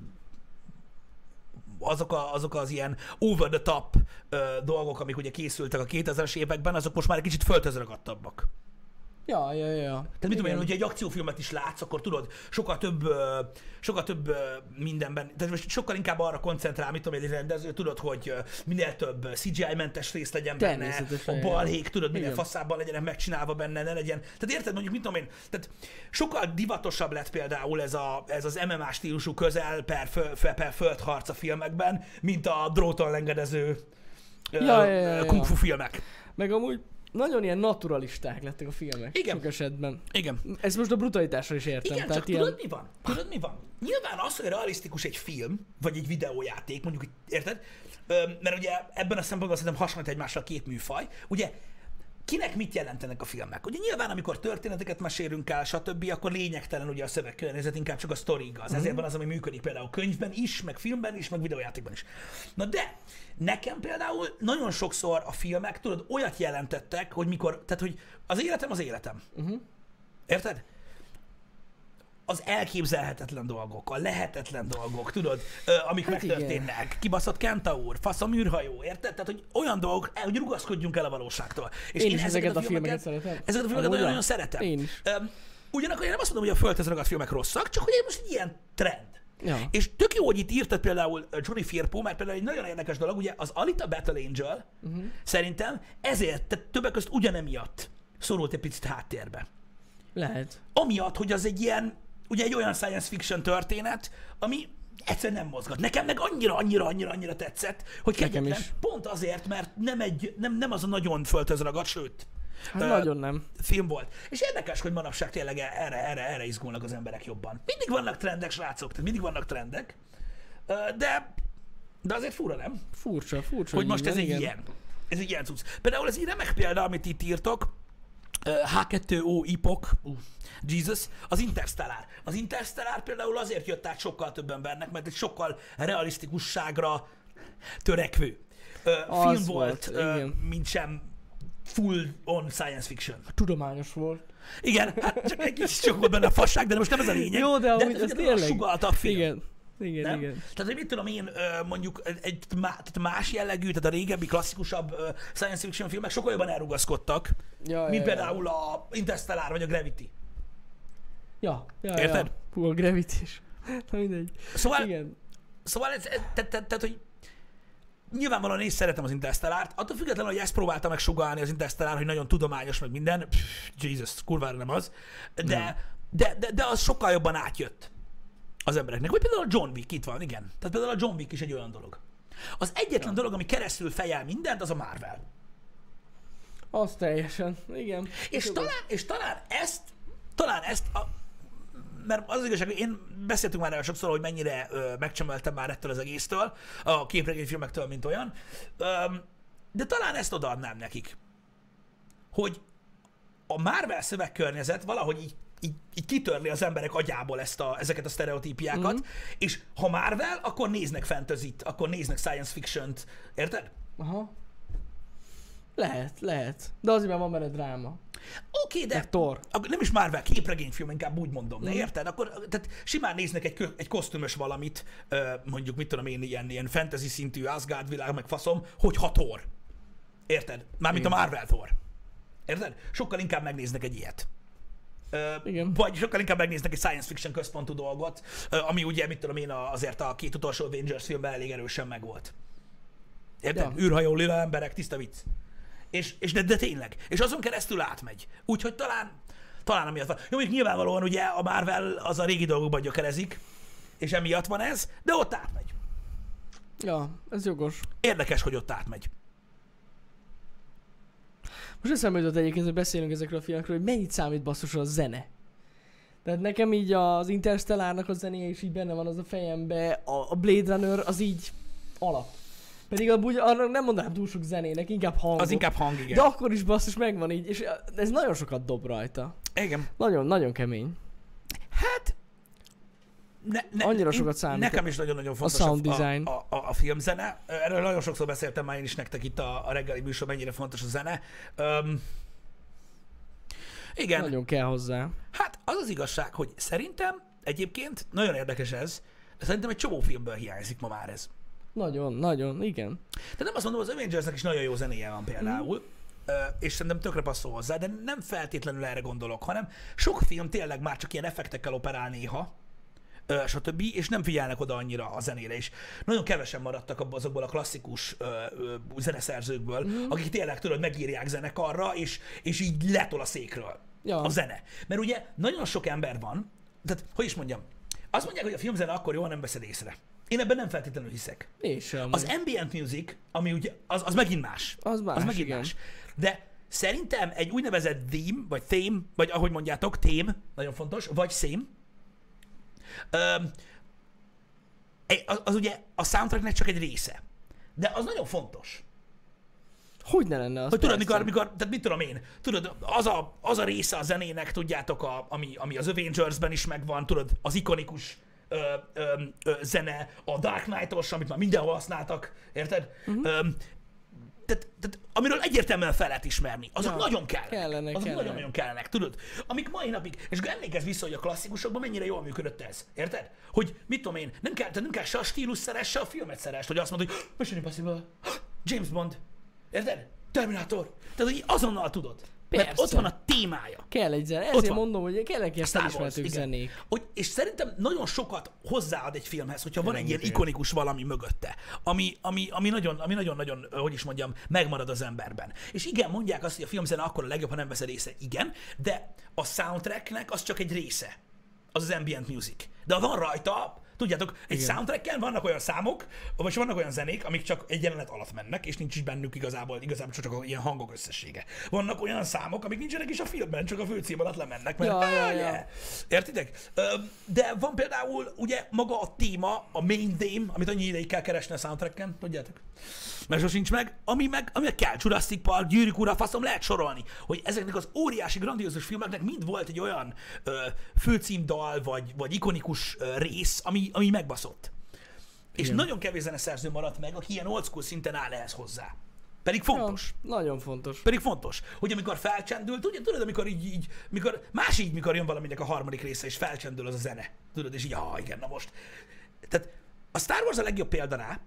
azok, a, azok az ilyen over the top ö, dolgok, amik ugye készültek a kétezres években, azok most már egy kicsit földhöz ragadtabbak. Ja, ja, ja. Tehát mit tudom én, hogyha egy akciófilmet is látsz, akkor tudod, sokkal több, ö, sokkal több ö, mindenben, tehát most sokkal inkább arra koncentrál, mit tudom én, egy rendező, tudod, hogy ö, minél több cé gé í-mentes rész legyen benne, a balhék, tudod, minél Igen. faszában legyenek megcsinálva benne, ne legyen. Tehát érted, mondjuk, mit tudom én, tehát sokkal divatosabb lett például ez, a, ez az em em á stílusú közel per, föl, per földharc a filmekben, mint a dróton lengedező ö, Ja, ja, ja, ja. kung fu filmek. Meg amúgy nagyon ilyen naturalisták lettek a filmek. Igen. Sok esetben. Igen. Ezt most a brutalitásra is értem. Igen, tehát csak ilyen... tudod mi van? Tudod mi van? Nyilván az, hogy realisztikus egy film, vagy egy videójáték, mondjuk, érted? Ö, mert ugye ebben a szempontból szerintem hasonlít egymásra a két műfaj. Ugye kinek mit jelentenek a filmek? Ugye nyilván, amikor történeteket mesélünk el, stb., akkor lényegtelen ugye a szövegkörnyezet, inkább csak a sztori igaz. Ezért van az, ami működik például könyvben is, meg filmben is, meg videójátékban is. Na de, nekem például nagyon sokszor a filmek, tudod, olyat jelentettek, hogy mikor, tehát hogy az életem az életem. Uh-huh. Érted? Az elképzelhetetlen dolgok, a lehetetlen dolgok, tudod, ö, amik Hát megtörténnek. Igen. Kibaszott kentaur, faszom űrhajó, érted? Tehát, hogy olyan dolgok, hogy rugaszkodjunk el a valóságtól. És Én is ezeket a filmeket szeretem. Ezeket a filmeket Amúgy nagyon-nagyon ja. szeretem. Én is. Öm, ugyanakkor én nem azt mondom, hogy a földhez ragadt filmek rosszak, csak hogy ez most egy ilyen trend. Ja. És tök jó, hogy itt írtad például Johnny Firpo, mert például egy nagyon érdekes dolog, ugye az Alita Battle Angel uh-huh. szerintem ezért, tehát többek között ugyanemiatt szorult egy picit háttérbe. Lehet. Amiatt, hogy az egy ilyen, ugye egy olyan science fiction történet, ami egyszerűen nem mozgat. Nekem meg annyira, annyira, annyira, annyira tetszett, hogy kegyetlen, pont azért, mert nem, egy, nem, nem az a nagyon földhöz ragadt, sőt, Hát ö, nagyon nem. film volt. És érdekes, hogy manapság tényleg erre, erre, erre izgulnak az emberek jobban. Mindig vannak trendek, srácok, tehát mindig vannak trendek, ö, de, de azért fura, nem? Furcsa, furcsa. Hogy most van, ez egy igen. ilyen. Ez egy ilyen cucc. Például ez egy remek példa, amit itt írtok, há kettő ó Epoch, uh, Jesus, az Interstellar. Az Interstellar például azért jött át sokkal több embernek, mert egy sokkal realisztikusságra törekvő ö, film volt, volt, ö, igen. mint sem full on science fiction. Tudományos volt. Igen, hát csak egy kicsit sok volt benne a fasság, de most nem ez a lényeg. Jó, de amúgy ez ez egy tényleg. sugalltabb film. Igen. Igen, Nem? igen. Tehát, hogy mit tudom én, ö, mondjuk egy má, tehát más jellegű, tehát a régebbi, klasszikusabb ö, science fiction filmek sokkal jobban elrugaszkodtak, Ja, mint ja, például a Interstellar vagy a Gravity. Ja, ja, Érted? Ja. Hú, a Gravity is. Na mindegy. Szóval, Igen. szóval ez, ez, tehát, tehát, tehát, hogy nyilvánvalóan én is szeretem az Interstellárt, attól függetlenül, hogy ezt próbálta meg sugálni az Interstellár, hogy nagyon tudományos, meg minden, pff, Jesus, kurvára nem az, de, de, de, de az sokkal jobban átjött az embereknek. Vagy például a John Wick itt van, igen. Tehát például a John Wick is egy olyan dolog. Az egyetlen dolog, ami keresztül fejel mindent, az a Marvel. Az teljesen, igen. És Jogos. talán, és talán ezt, talán ezt, a, mert az, az igazság, hogy én beszéltünk már el sokszor, hogy mennyire ö, megcsemeltem már ettől az egésztől, a képregényfilmektől, mint olyan, ö, de talán ezt odaadnám nekik, hogy a Marvel szövegkörnyezet valahogy így, így, így kitörli az emberek agyából ezt a, ezeket a sztereotípiákat, mm-hmm. és ha Marvel, akkor néznek fantasy-t, akkor néznek science fiction-t, érted? Aha. Lehet, lehet. De azért már van benne dráma. Oké, okay, de Meg Thor. akkor nem is Marvel, képregényfilm, inkább úgy mondom, de Mhm. érted? Akkor tehát simán néznek egy, kö, egy kosztümös valamit, ö, mondjuk mit tudom én, ilyen, ilyen fantasy szintű Asgard világ, meg faszom, hogy ha Thor. Érted? Mármint a Igen. Marvel Thor. Érted? Sokkal inkább megnéznek egy ilyet. Ö, Igen. Vagy sokkal inkább megnéznek egy science fiction központú dolgot, ö, ami ugye, mit tudom én, a- azért a két utolsó Avengers filmben elég erősen megvolt. Érted? Ja. Űrhajó, lila emberek, tiszta vicc. És, és de, de tényleg. És azon keresztül átmegy. Úgyhogy talán, talán amiatt van. Jó, mondjuk nyilvánvalóan ugye a Marvel az a régi dolgokban gyökerezik, és emiatt van ez, de ott átmegy. Ja, ez jogos. Érdekes, hogy ott átmegy. Most eszembe jutott egyébként, hogy beszélünk ezekről a filmekről, hogy mennyit számít basszus a zene. Tehát nekem így az Interstellárnak a zenéje is így benne van az a fejembe, a a Blade Runner az így alap. Pedig amúgy arra nem mondanám túl sok zenének, inkább hangok. Az inkább hang, igen. De akkor is basszus megvan így, és ez nagyon sokat dob rajta. Igen. Nagyon, nagyon kemény. Hát... Ne, ne, Annyira én- sokat számít Nekem is nagyon-nagyon fontos sound a, design. a, a, a filmzene. Erről nagyon sokszor beszéltem már én is nektek itt a, a reggeli műsor, mennyire fontos a zene. Um, igen. Nagyon kell hozzá. Hát az az igazság, hogy szerintem egyébként, nagyon érdekes ez, de szerintem egy csomó filmből hiányzik ma már ez. Nagyon, nagyon, igen. Tehát nem azt mondom, az Avengersnek is nagyon jó zenéje van például, és szerintem tökre passzol hozzá, de nem feltétlenül erre gondolok, hanem sok film tényleg már csak ilyen effektekkel operál néha, stb., és nem figyelnek oda annyira a zenére is. Nagyon kevesen maradtak abban azokból a klasszikus ö, ö, zeneszerzőkből, mm. akik tényleg tudod, megírják zenekarra, és, és így letol a székről ja. a zene. Mert ugye nagyon sok ember van, tehát hogy is mondjam, azt mondják, hogy a filmzene akkor jó, ha nem veszed észre. Én ebben nem feltétlenül hiszek. És az ambient music, ami ugye, az, az megint más. Az más, az megint igen. más. De szerintem egy úgynevezett theme, vagy theme, vagy ahogy mondjátok, theme, nagyon fontos, vagy theme, Um, az, az ugye a soundtracknek csak egy része. De az nagyon fontos. Hogy ne lenne az? Hogy tudod, mikor, mikor, tehát mit tudom én, tudod, az a, az a része a zenének, tudjátok, a, ami, ami az Avengersben is megvan, tudod, az ikonikus ö, ö, ö, zene, a Dark Knight-os, amit már mindenhol használtak, érted? Uh-huh. Ö, Tehát, tehát amiről egyértelműen fel lehet ismerni, azok ja, nagyon kellenek. Kellene, azok kellene. nagyon-nagyon kellenek, tudod? Amik mai napig, és emlékezz vissza, hogy a klasszikusokban mennyire jól működött ez, érted? Hogy mit tudom én, nem kell, nem kell se a stílus szeres, se a filmet szeres, hogy azt mondod, hogy Mission Impossible, James Bond, érted? Terminator. Tehát, hogy azonnal tudod. Persze. Mert ott van a témája. Kell egy zene. Ezért mondom, hogy kellene ilyen felismertő zenék. Hogy, és szerintem nagyon sokat hozzáad egy filmhez, hogyha van egy ilyen ikonikus valami mögötte, ami, ami, ami, nagyon, ami nagyon-nagyon, hogy is mondjam, megmarad az emberben. És igen, mondják azt, hogy a filmzene akkor a legjobb, ha nem veszed észre. Igen, de a soundtracknek az csak egy része. Az az ambient music. De ha van rajta, tudjátok, egy igen. soundtracken vannak olyan számok, vagy vannak olyan zenék, amik csak egy jelenet alatt mennek, és nincs is bennük igazából, igazából csak ilyen hangok összessége. Vannak olyan számok, amik nincsenek is a filmben, csak a főcím alatt lemennek, mert ja, ja, ja. Értitek? De van például ugye maga a téma, a main theme, amit annyi ideig kell keresni a soundtracken, tudjátok? Mert sosincs meg, ami meg, ami meg kell, Jurassic Park, Gyűrűk ura, faszom, lehet sorolni, hogy ezeknek az óriási, grandiózus filmeknek mind volt egy olyan ö, főcímdal, vagy, vagy ikonikus ö, rész, ami, ami megbaszott. És igen. nagyon kevés zeneszerző maradt meg, aki ilyen old school szinten áll ehhez hozzá. Pedig fontos. Ja, nagyon fontos. Pedig fontos, hogy amikor felcsendül, tudod, tudod amikor így, így, mikor, más így, mikor jön valaminek a harmadik része, és felcsendül az a zene. Tudod, és így, ah, igen, na most. Tehát a Star Wars a legjobb példa rá,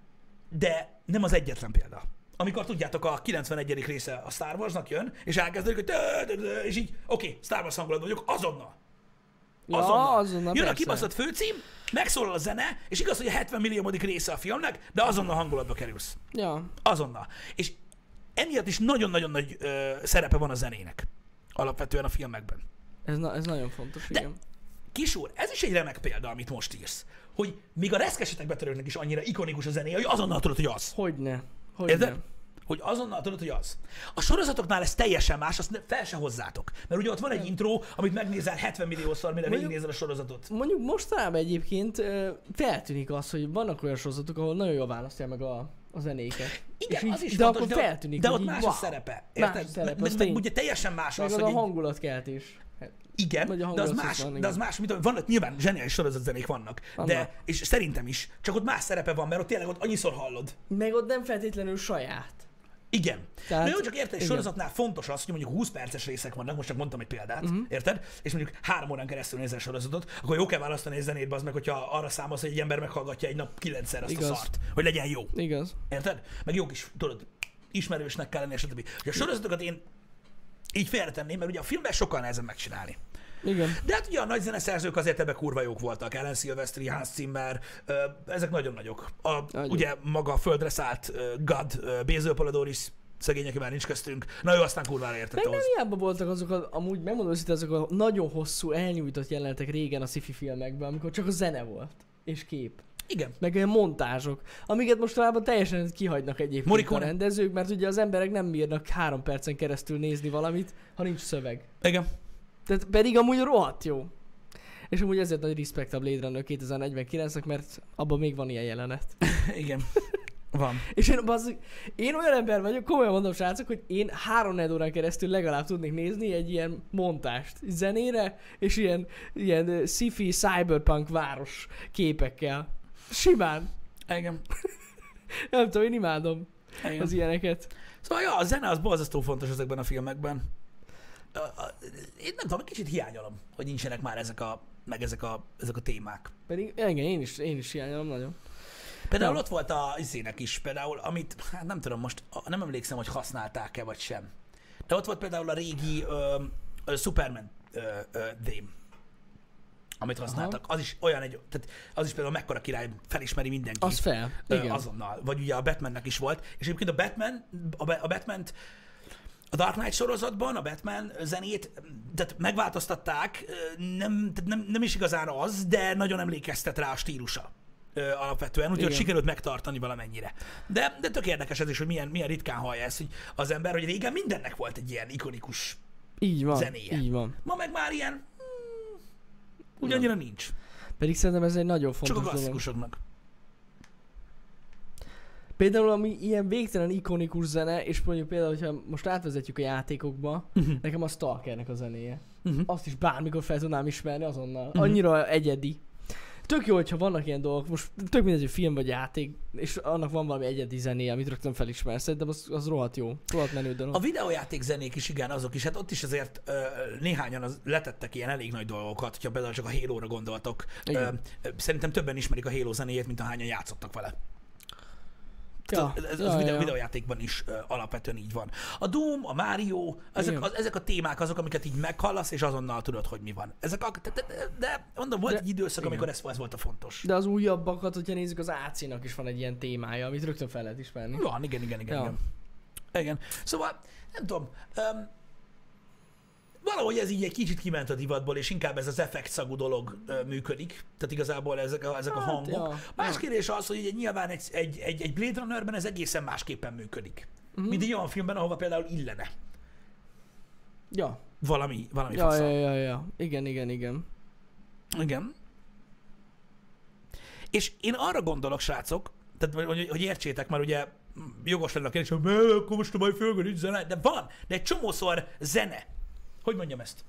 de nem az egyetlen példa. Amikor tudjátok, a kilencvenegyedik része a Star Warsnak jön, és elkezdődik, hogy és így, oké, okay, Star Wars hangulatban vagyok, azonnal. Azonnal. Ja, azonnal jön persze. A kibaszott főcím, megszólal a zene, és igaz, hogy a hetven milliómodik része a filmnek, de azonnal hangulatba kerülsz. Ja. Azonnal. És emiatt is nagyon-nagyon nagy ö, szerepe van a zenének. Alapvetően a filmekben. Ez, na, ez nagyon fontos, de, igen. Kisúr, ez is egy remek példa, amit most írsz. Hogy még a reszkesetek betörőknek is annyira ikonikus a zenéje, hogy azonnal tudod, hogy az. Hogyne. Hogyne. Érted? Hogy azonnal tudod, hogy az. A sorozatoknál ez teljesen más, azt fel se hozzátok. Mert ugye ott van egy intro, amit megnézel hetven milliószor, mire végignézel a sorozatot. Mondjuk mostanában egyébként feltűnik az, hogy vannak olyan sorozatok, ahol nagyon jól választják meg a, a zenéket. Igen, így, az is de fontos, akkor de, feltűnik, de ott így, más wow, a szerepe. Érted? Más szerepe, meg, meg, ugye teljesen más meg az, az hogy... a hangulatkeltés. Igen, de az, más, van, de az más, mint vannak, nyilván zseniális sorozatzenék vannak, vannak, de, és szerintem is, csak ott más szerepe van, mert ott tényleg ott annyiszor hallod. Meg ott nem feltétlenül saját. Igen. Tehát, de jó, csak érted, egy sorozatnál fontos az, hogy mondjuk húsz perces részek vannak, most csak mondtam egy példát, uh-huh. érted? És mondjuk három órán keresztül nézel sorozatot, akkor jó kell választani egy zenét, az meg, hogyha arra számolsz, hogy egy ember meghallgatja egy nap kilencszer azt Igaz. a szart, hogy legyen jó. Igaz. Érted? Meg jók is, tudod, ismerősnek kell lenni, stb. A sorozatokat én így félretenném, mert ugye a filmben sokkal nehezebb megcsinálni. Igen. De hát ugye a nagy zeneszerzők azért ebbe kurva jók voltak. Alan Silvestri, Hans Zimmer, ezek nagyon nagyok. A, ugye maga a földre szállt God, Basil Poledouris, szegény, aki már nincs köztünk. Na ő aztán kurvára értett ahhoz. Meg nem hiába voltak azok, a, amúgy megmondom őszintén, azok a nagyon hosszú, elnyújtott jelenetek régen a sci-fi filmekben, amikor csak a zene volt, és kép. Igen. Meg olyan montázsok, amiket mostanában teljesen kihagynak egyébként Morricone. A rendezők, mert ugye az emberek nem bírnak három percen keresztül nézni valamit, ha nincs szöveg. Igen. Tehát pedig amúgy rohadt jó. És amúgy ezért nagy respect a Blade Runner kétezer-negyvenkilencnek, mert abban még van ilyen jelenet. Igen. Van. És én, bazzik, én olyan ember vagyok, komolyan mondom, srácok, hogy én három órán keresztül legalább tudnék nézni egy ilyen montást zenére, és ilyen, ilyen sci-fi, cyberpunk város képekkel. Simán. Igen. Nem tudom, én imádom Igen. az ilyeneket. Szóval ja, a zene az borzasztó fontos ezekben a filmekben. Én nem tudom, kicsit hiányolom, hogy nincsenek már ezek a, meg ezek a, ezek a témák. Pedig igen, én is, én is hiányolom nagyon. Például nem. Ott volt a izének is, például, amit, hát nem tudom most, nem emlékszem, hogy használták-e vagy sem. De ott volt például a régi ö, ö, Superman ö, ö, theme, amit használtak. Aha. Az is olyan egy, tehát az is például mekkora király, felismeri mindenki. Az fel, ö, igen. Azonnal. Vagy ugye a Batmannek is volt. És egyébként a Batman, a, a Batman-t a Dark Knight sorozatban a Batman zenét, tehát megváltoztatták, nem, tehát nem, nem is igazán az, de nagyon emlékeztet rá a stílusa ö, alapvetően, úgyhogy sikerült megtartani valamennyire. De, de tök érdekes ez is, hogy milyen, milyen ritkán hallja ezt, hogy az ember, hogy régen mindennek volt egy ilyen ikonikus így van, zenéje. Így van. Ma meg már ilyen, hmm, ugyannyira nincs. Pedig szerintem ez egy nagyon fontos Csak a dolog. klasszikusoknak. Például ami ilyen végtelen ikonikus zene, és mondjuk például, hogyha most átvezetjük a játékokba, uh-huh. nekem a Stalkernek a zenéje. Uh-huh. Azt is bármikor fel tudnám ismerni azonnal. Uh-huh. Annyira egyedi. Tök jó, hogyha vannak ilyen dolgok, most tök mindegy, hogy film vagy játék, és annak van valami egyedi zenéje, amit rögtön felismersz, szerintem az, az rohadt jó, rohadt menő dolog. A videójáték zenék is, igen, azok is, hát ott is azért ö, néhányan az, letettek ilyen elég nagy dolgokat, hogyha például csak a Halo-ra gondoltok. Ö, szerintem többen ismerik a Halo zenéjét, mint ahányan játszottak vele. Ja, ez, ja, az videó, ja. videójátékban is uh, alapvetően így van. A Doom, a Mario, ezek, az, ezek a témák azok, amiket így meghallasz, és azonnal tudod, hogy mi van. Ezek a, de, de, de mondom, volt de, egy időszak, igen. amikor ez, ez volt a fontos. De az újabbakat, hogyha nézzük, az á cé-nak is van egy ilyen témája, amit rögtön fel lehet ismerni. Van, igen, igen, igen. Ja. igen. igen. Szóval, nem tudom, um, valahogy ez így egy kicsit kiment a divatból, és inkább ez az effektszagú dolog ö, működik. Tehát igazából ezek a, ezek hát, a hangok. Ja, Más ja. kérdés az, hogy ugye nyilván egy, egy, egy, egy Blade Runnerben ez egészen másképpen működik. Uh-huh. Mint egy olyan filmben, ahova például illene. Ja. Valami, valami ja, faszal. ja, ja, ja. Igen, igen, igen. Igen. És én arra gondolok, srácok, tehát hogy, hogy értsétek, mert ugye jogos lenne a kérdés, hogy akkor most a mai filmben nincs zene, de van, de egy csomószor zene. Hogy mondjam ezt?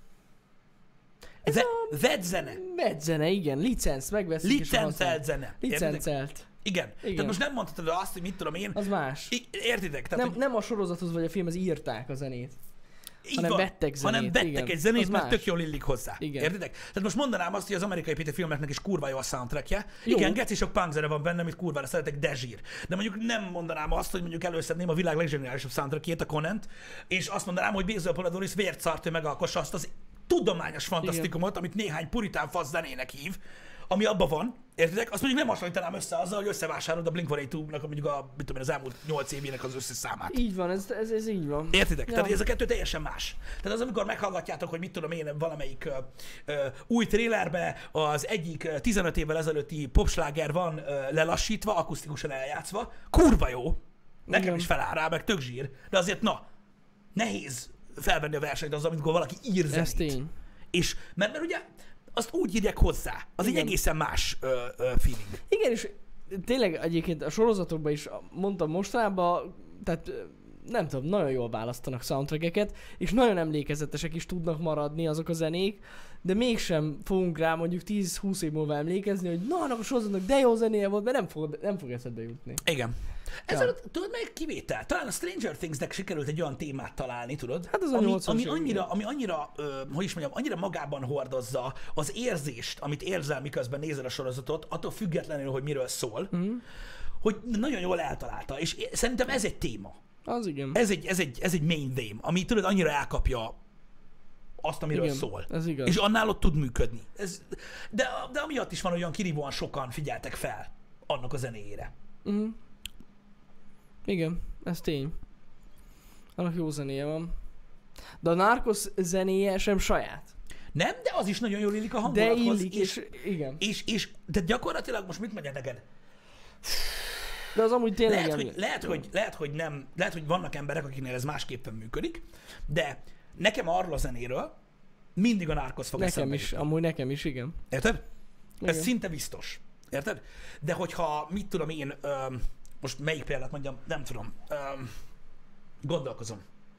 Ez Ve- a... Vedzene. Vedzene, igen. Licenc, megveszik Licencelt zene. Licencelt. Igen. Igen. Tehát most nem mondhatod azt, hogy mit tudom én. Az más. I- értitek? Tehát, nem, hogy... nem a sorozathoz vagy a filmhez írták a zenét. Így hanem van, vettek zenét. hanem vettek igen. egy zenét, az mert más. tök jól illik hozzá. Igen. Értitek? Tehát most mondanám azt, hogy az amerikai építő filmeknek is kurva jó a soundtrackje. Jó. Igen, geci sok punk zene van benne, amit kurvára szeretek, de zsír. De mondjuk nem mondanám azt, hogy mondjuk előszedném a világ legzseniálisabb soundtrackjét, a Conant, és azt mondanám, hogy Basil Poledouris vért szart, hogy megalkossa azt az tudományos fantasztikumot, igen. amit néhány puritán fasz zenének hív, ami abban van, értitek? Azt mondjuk nem hasonlítanám össze azzal, hogy összevásárolod a blink száznyolcvankettőnek, mondjuk a, mit tudom én, az elmúlt nyolc évének az összes számát. Így van, ez, ez, ez így van. Értitek? Ja. Tehát ez a kettő teljesen más. Tehát az, amikor meghallgatjátok, hogy mit tudom én, valamelyik uh, uh, új trélerbe az egyik uh, tizenöt évvel ezelőtti popsláger van uh, lelassítva, akusztikusan eljátszva, kurva jó. Nekem igen. is feláll rá, meg tök zsír. De azért, na, nehéz felvenni a versenyt az, amikor valaki ír zenét. Ez tény. És, mert, mert ugye azt úgy írják hozzá. Az igen. egy egészen más uh, uh, feeling. Igen, és tényleg egyébként a sorozatokban is mondtam mostanában, tehát nem tudom, nagyon jól választanak soundtrackeket, és nagyon emlékezetesek is tudnak maradni azok a zenék, de mégsem fogunk rá mondjuk tíz-húsz év múlva emlékezni, hogy na, annak a sorozatnak de jó zenéje volt, mert nem fog, nem fog eszedbe jutni. Igen. Ezzel ja. tudod, melyik kivétel? Talán a Stranger Things-nek sikerült egy olyan témát találni, tudod? Hát az ami, ami annyira, ami annyira, ö, hogy is mondjam, annyira magában hordozza az érzést, amit érzel, miközben nézel a sorozatot, attól függetlenül, hogy miről szól, mm. hogy nagyon jól eltalálta, és szerintem ez egy téma. Az igen. Ez egy, ez egy, ez egy main theme, ami tudod, annyira elkapja azt, amiről igen, szól. Ez igaz. És annál ott tud működni. Ez, de, de amiatt is van, olyan kirívóan sokan figyeltek fel annak a zenéjére. Mm. Igen, ez tény. Annak jó zenéje van. De a Narcos zenéje sem saját. Nem, de az is nagyon jól illik a hangulathoz. De illik, és, és igen. És, és, de gyakorlatilag most mit mondja neked? De az amúgy tényleg... Lehet, hogy, lehet, hogy, lehet, hogy nem, lehet, hogy vannak emberek, akiknél ez másképpen működik, de nekem arról a zenéről mindig a Narcos fog nekem eszembe is, jutni. amúgy nekem is, igen. Érted? Igen. Ez szinte biztos. Érted? De hogyha, mit tudom én, öm, most melyik példát mondjam, nem tudom, öm, gondolkozom.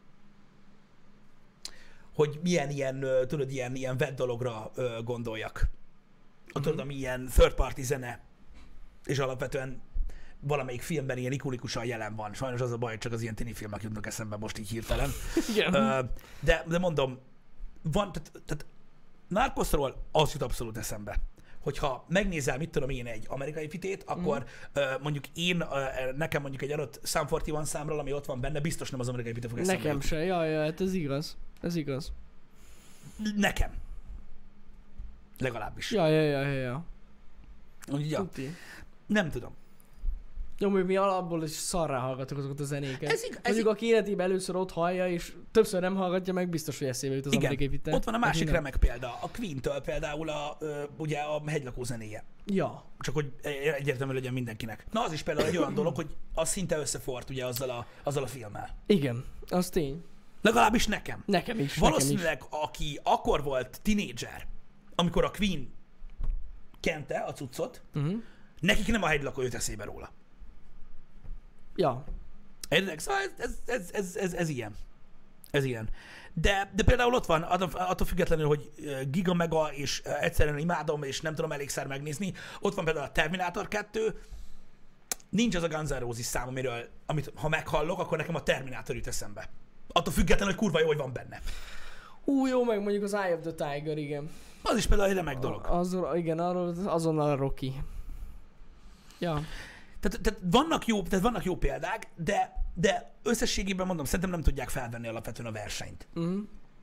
Hogy milyen ilyen, tudod, ilyen, ilyen vett dologra ö, gondoljak. Uh-huh. Tudod, ami ilyen third party zene, és alapvetően valamelyik filmben ilyen ikonikusan jelen van. Sajnos az a baj, hogy csak az ilyen tini filmek jutnak eszembe most így hirtelen. Igen. Ö, de, de mondom, van, tehát, tehát Narcosról az jut abszolút eszembe, hogyha megnézel, mit tudom én, egy amerikai fitét, akkor mm. uh, mondjuk én, uh, nekem mondjuk egy adott Sum negyvenegy számról, ami ott van benne, biztos nem az amerikai fite fog eszembe Nekem jutni. se, jaj, jaj, hát ez igaz. Ez igaz. Nekem. Legalábbis. Ja, ja, ja, ja, ja. Úgyhogy, ja. Tuti. Nem tudom. Jó, mi, mi alapból is szarrá hallgatok azokat a zenéket. Ez ig- ez Mondjuk, aki életében először ott hallja, és többször nem hallgatja meg, biztos, hogy eszébe jut az Igen. amerikai fite. Ott van a Hát másik minden. remek példa. A Queen-től például a, ö, ugye a hegylakó zenéje. Ja. Csak hogy egyértelmű legyen mindenkinek. Na az is például egy olyan dolog, hogy az szinte összefort ugye azzal a, azzal a filmmel. Igen, az tény. Legalábbis nekem. Nekem is, Valószínűleg, nekem aki akkor volt tinédzser, amikor a Queen kente a cuccot, is. Uh-huh. nekik nem a hegylakó jut eszébe róla. Ja. Érted? Szóval ez, ez, ez, ez, ez, ez ilyen. Ez ilyen. De, de például ott van, attól függetlenül, hogy giga mega, és egyszerűen imádom, és nem tudom elégszer megnézni, ott van például a Terminator kettő, nincs az a Guns N' Roses szám, amiről, amit ha meghallok, akkor nekem a Terminator jut eszembe. Attól függetlenül, hogy kurva jó, hogy van benne. Hú, jó, meg mondjuk az Eye of the Tiger, igen. Az is például egy remek dolog. Az, igen, arról azonnal a Rocky. Ja. Tehát, tehát, vannak jó, tehát vannak jó példák, de, de összességében mondom, szerintem nem tudják felvenni alapvetően a versenyt Uh-huh.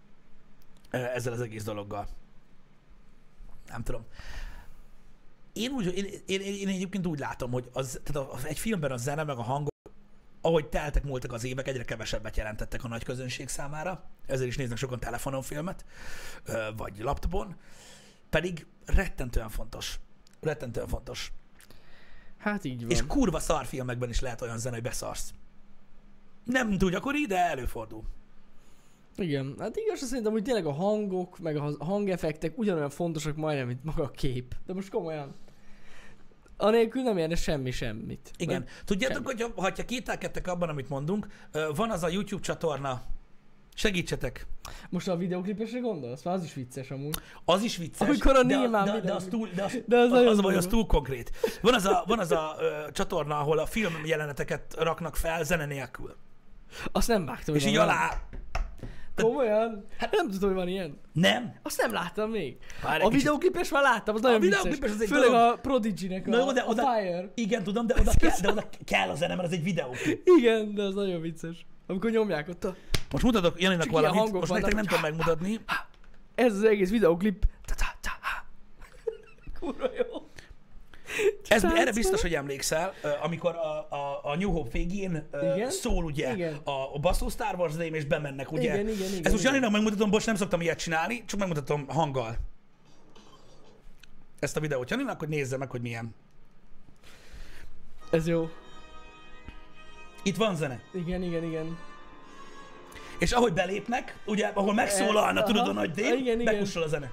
ezzel az egész dologgal. Nem tudom. Én, úgy, én, én, én egyébként úgy látom, hogy az, tehát a, egy filmben a zene meg a hangok, ahogy teltek múltak az évek, egyre kevesebbet jelentettek a nagy közönség számára, ezért is néznek sokan telefonon filmet, vagy laptopon, pedig rettentően fontos. Rettentően fontos. Hát így van. És kurva szar filmekben is lehet olyan zene, hogy beszarsz. Nem túl gyakori, de előfordul. Igen, hát igaz, szerintem, hogy tényleg a hangok, meg a hangeffektek ugyanolyan fontosak majdnem, mint maga a kép. De most komolyan. Anélkül nem érne semmi semmit. Igen. Mert Tudjátok, semmi. hogy ha kételkedtek abban, amit mondunk, van az a YouTube csatorna, segítsetek. Most a videoklipesre gondolsz? Már az is vicces amúgy. Az is vicces, Amikor a de, Némán de, de, videó- az túl, de az, De az az, nagyon az, a baj, az durva. túl konkrét. Van az a, van az a ö, csatorna, ahol a film jeleneteket raknak fel zene nélkül. Azt nem vágtam. És hogy így van. alá... Komolyan? Hát nem tudom, hogy van ilyen. Nem? Azt nem láttam még. Várj egy A kicsit. videoklipes már láttam, az nagyon vicces. videoklipes az egy Főleg dolog. a Prodigy-nek a, Na jó, de a oda, Fire. igen, tudom, de oda, kell, de oda kell a zene, mert az egy videóklip. Igen, de az nagyon vicces. Amikor nyomják ott a... Most mutatok Janinak Csak ilyen valamit, hangok most nektek nem vannak. tudom megmutatni. Ez az egész videoklip. Ta-ta-ta. Kurva jó. Ez, Tánc erre biztos, van. hogy emlékszel, ö, amikor a, a, a New Hope végén ö, Igen? szól ugye Igen. a, a basszó Star Wars name és bemennek, ugye? Igen, igen, igen, Ezt most igen. Janinak megmutatom, bocs, nem szoktam ilyet csinálni, csak megmutatom hanggal. Ezt a videót Janinak, hogy nézze meg, hogy milyen. Ez jó. Itt van zene. Igen, igen, igen. És ahogy belépnek, ugye, ahol megszólalna, Aha. tudod a nagy Igen, dém, igen. bekussol a zene.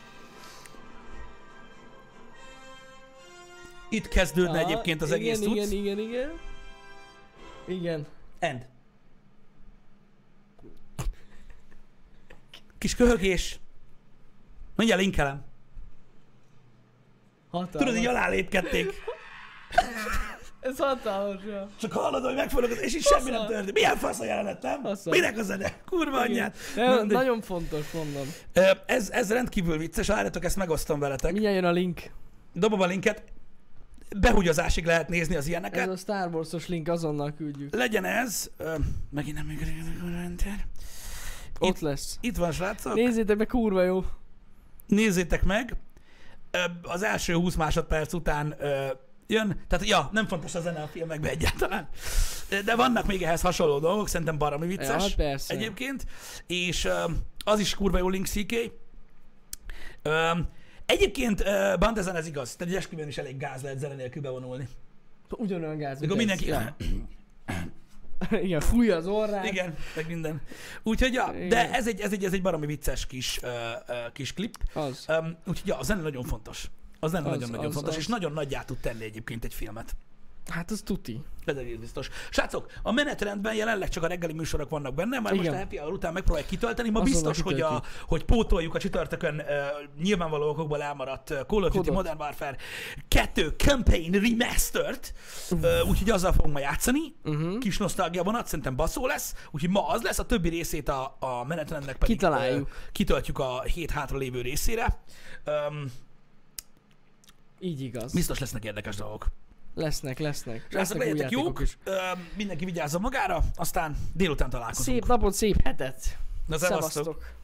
Itt kezdődne Aha, egyébként az igen, egész igen, tudsz. igen, igen. Igen. End. Kis köhögés. Mondja, linkelem. Hatalmas. Tudod, így alálépkedték. Ez hatalmas, ja. Csak hallod, hogy megfordulok, és így semmi nem Fasza. történt. Milyen fasz a jelenet, nem? Fasza. Minek a zene? Kurva Igen. anyját. De Na, de- nagyon fontos, mondom. Ö, Ez, ez rendkívül vicces, várjatok, ezt megosztom veletek. Mindjárt jön a link. Dobom a linket. Behugyazásig lehet nézni az Ez ilyeneket. a Star Wars-os link, azonnal küldjük. Legyen ez... Ö, megint nem működik a rendszer. Ott lesz. Itt van, srácok. Nézzétek meg, kurva jó. Nézzétek meg. Ö, Az első húsz másodperc után ö, jön. Tehát, ja, nem fontos a zene a filmekben egyáltalán. De vannak még ehhez hasonló dolgok, szerintem baromi vicces. Ja, hát persze. Egyébként. És ö, az is kurva jó Link cé ká. Ö, Egyébként uh, Bandezen ez igaz. Tehát egy esküvőn is elég gáz lehet zene nélkül bevonulni. Ugyanolyan gáz, Akkor mint ez. mindenki... Ja. Igen, fújja az orrát. Igen, meg minden. Úgyhogy ja, Igen. de ez egy, ez egy, ez egy baromi vicces kis, uh, uh, kis klip. Az. Um, úgyhogy ja, a zene nagyon fontos. A zene Az, nagyon-nagyon az, fontos, az. és nagyon nagyjá tud tenni egyébként egy filmet. Hát az tuti. Ez egész biztos. Srácok, a menetrendben jelenleg csak a reggeli műsorok vannak benne, majd most Igen. a happy hour után megpróbáljuk kitölteni. Ma Azonnal biztos, hogy, a, kitöltjük. hogy pótoljuk a csütörtökön uh, nyilvánvaló okokból elmaradt uh, Call of Duty Kodot. Modern Warfare kettő Campaign Remastered, uh, úgyhogy azzal fogunk ma játszani. Uh-huh. Kis nosztalgia vonat, szerintem baszó lesz, úgyhogy ma az lesz, a többi részét a, a menetrendnek pedig Kitaláljuk. uh, kitöltjük a hét hátra lévő részére. Um, Így igaz. Biztos lesznek érdekes dolgok. Lesznek, lesznek. Srácok, Lesznek új legyetek játékok jók, is. ö, mindenki vigyázzon magára, aztán délután találkozunk. Szép napot, szép hetet. Na, szevasztok. Szevasztok.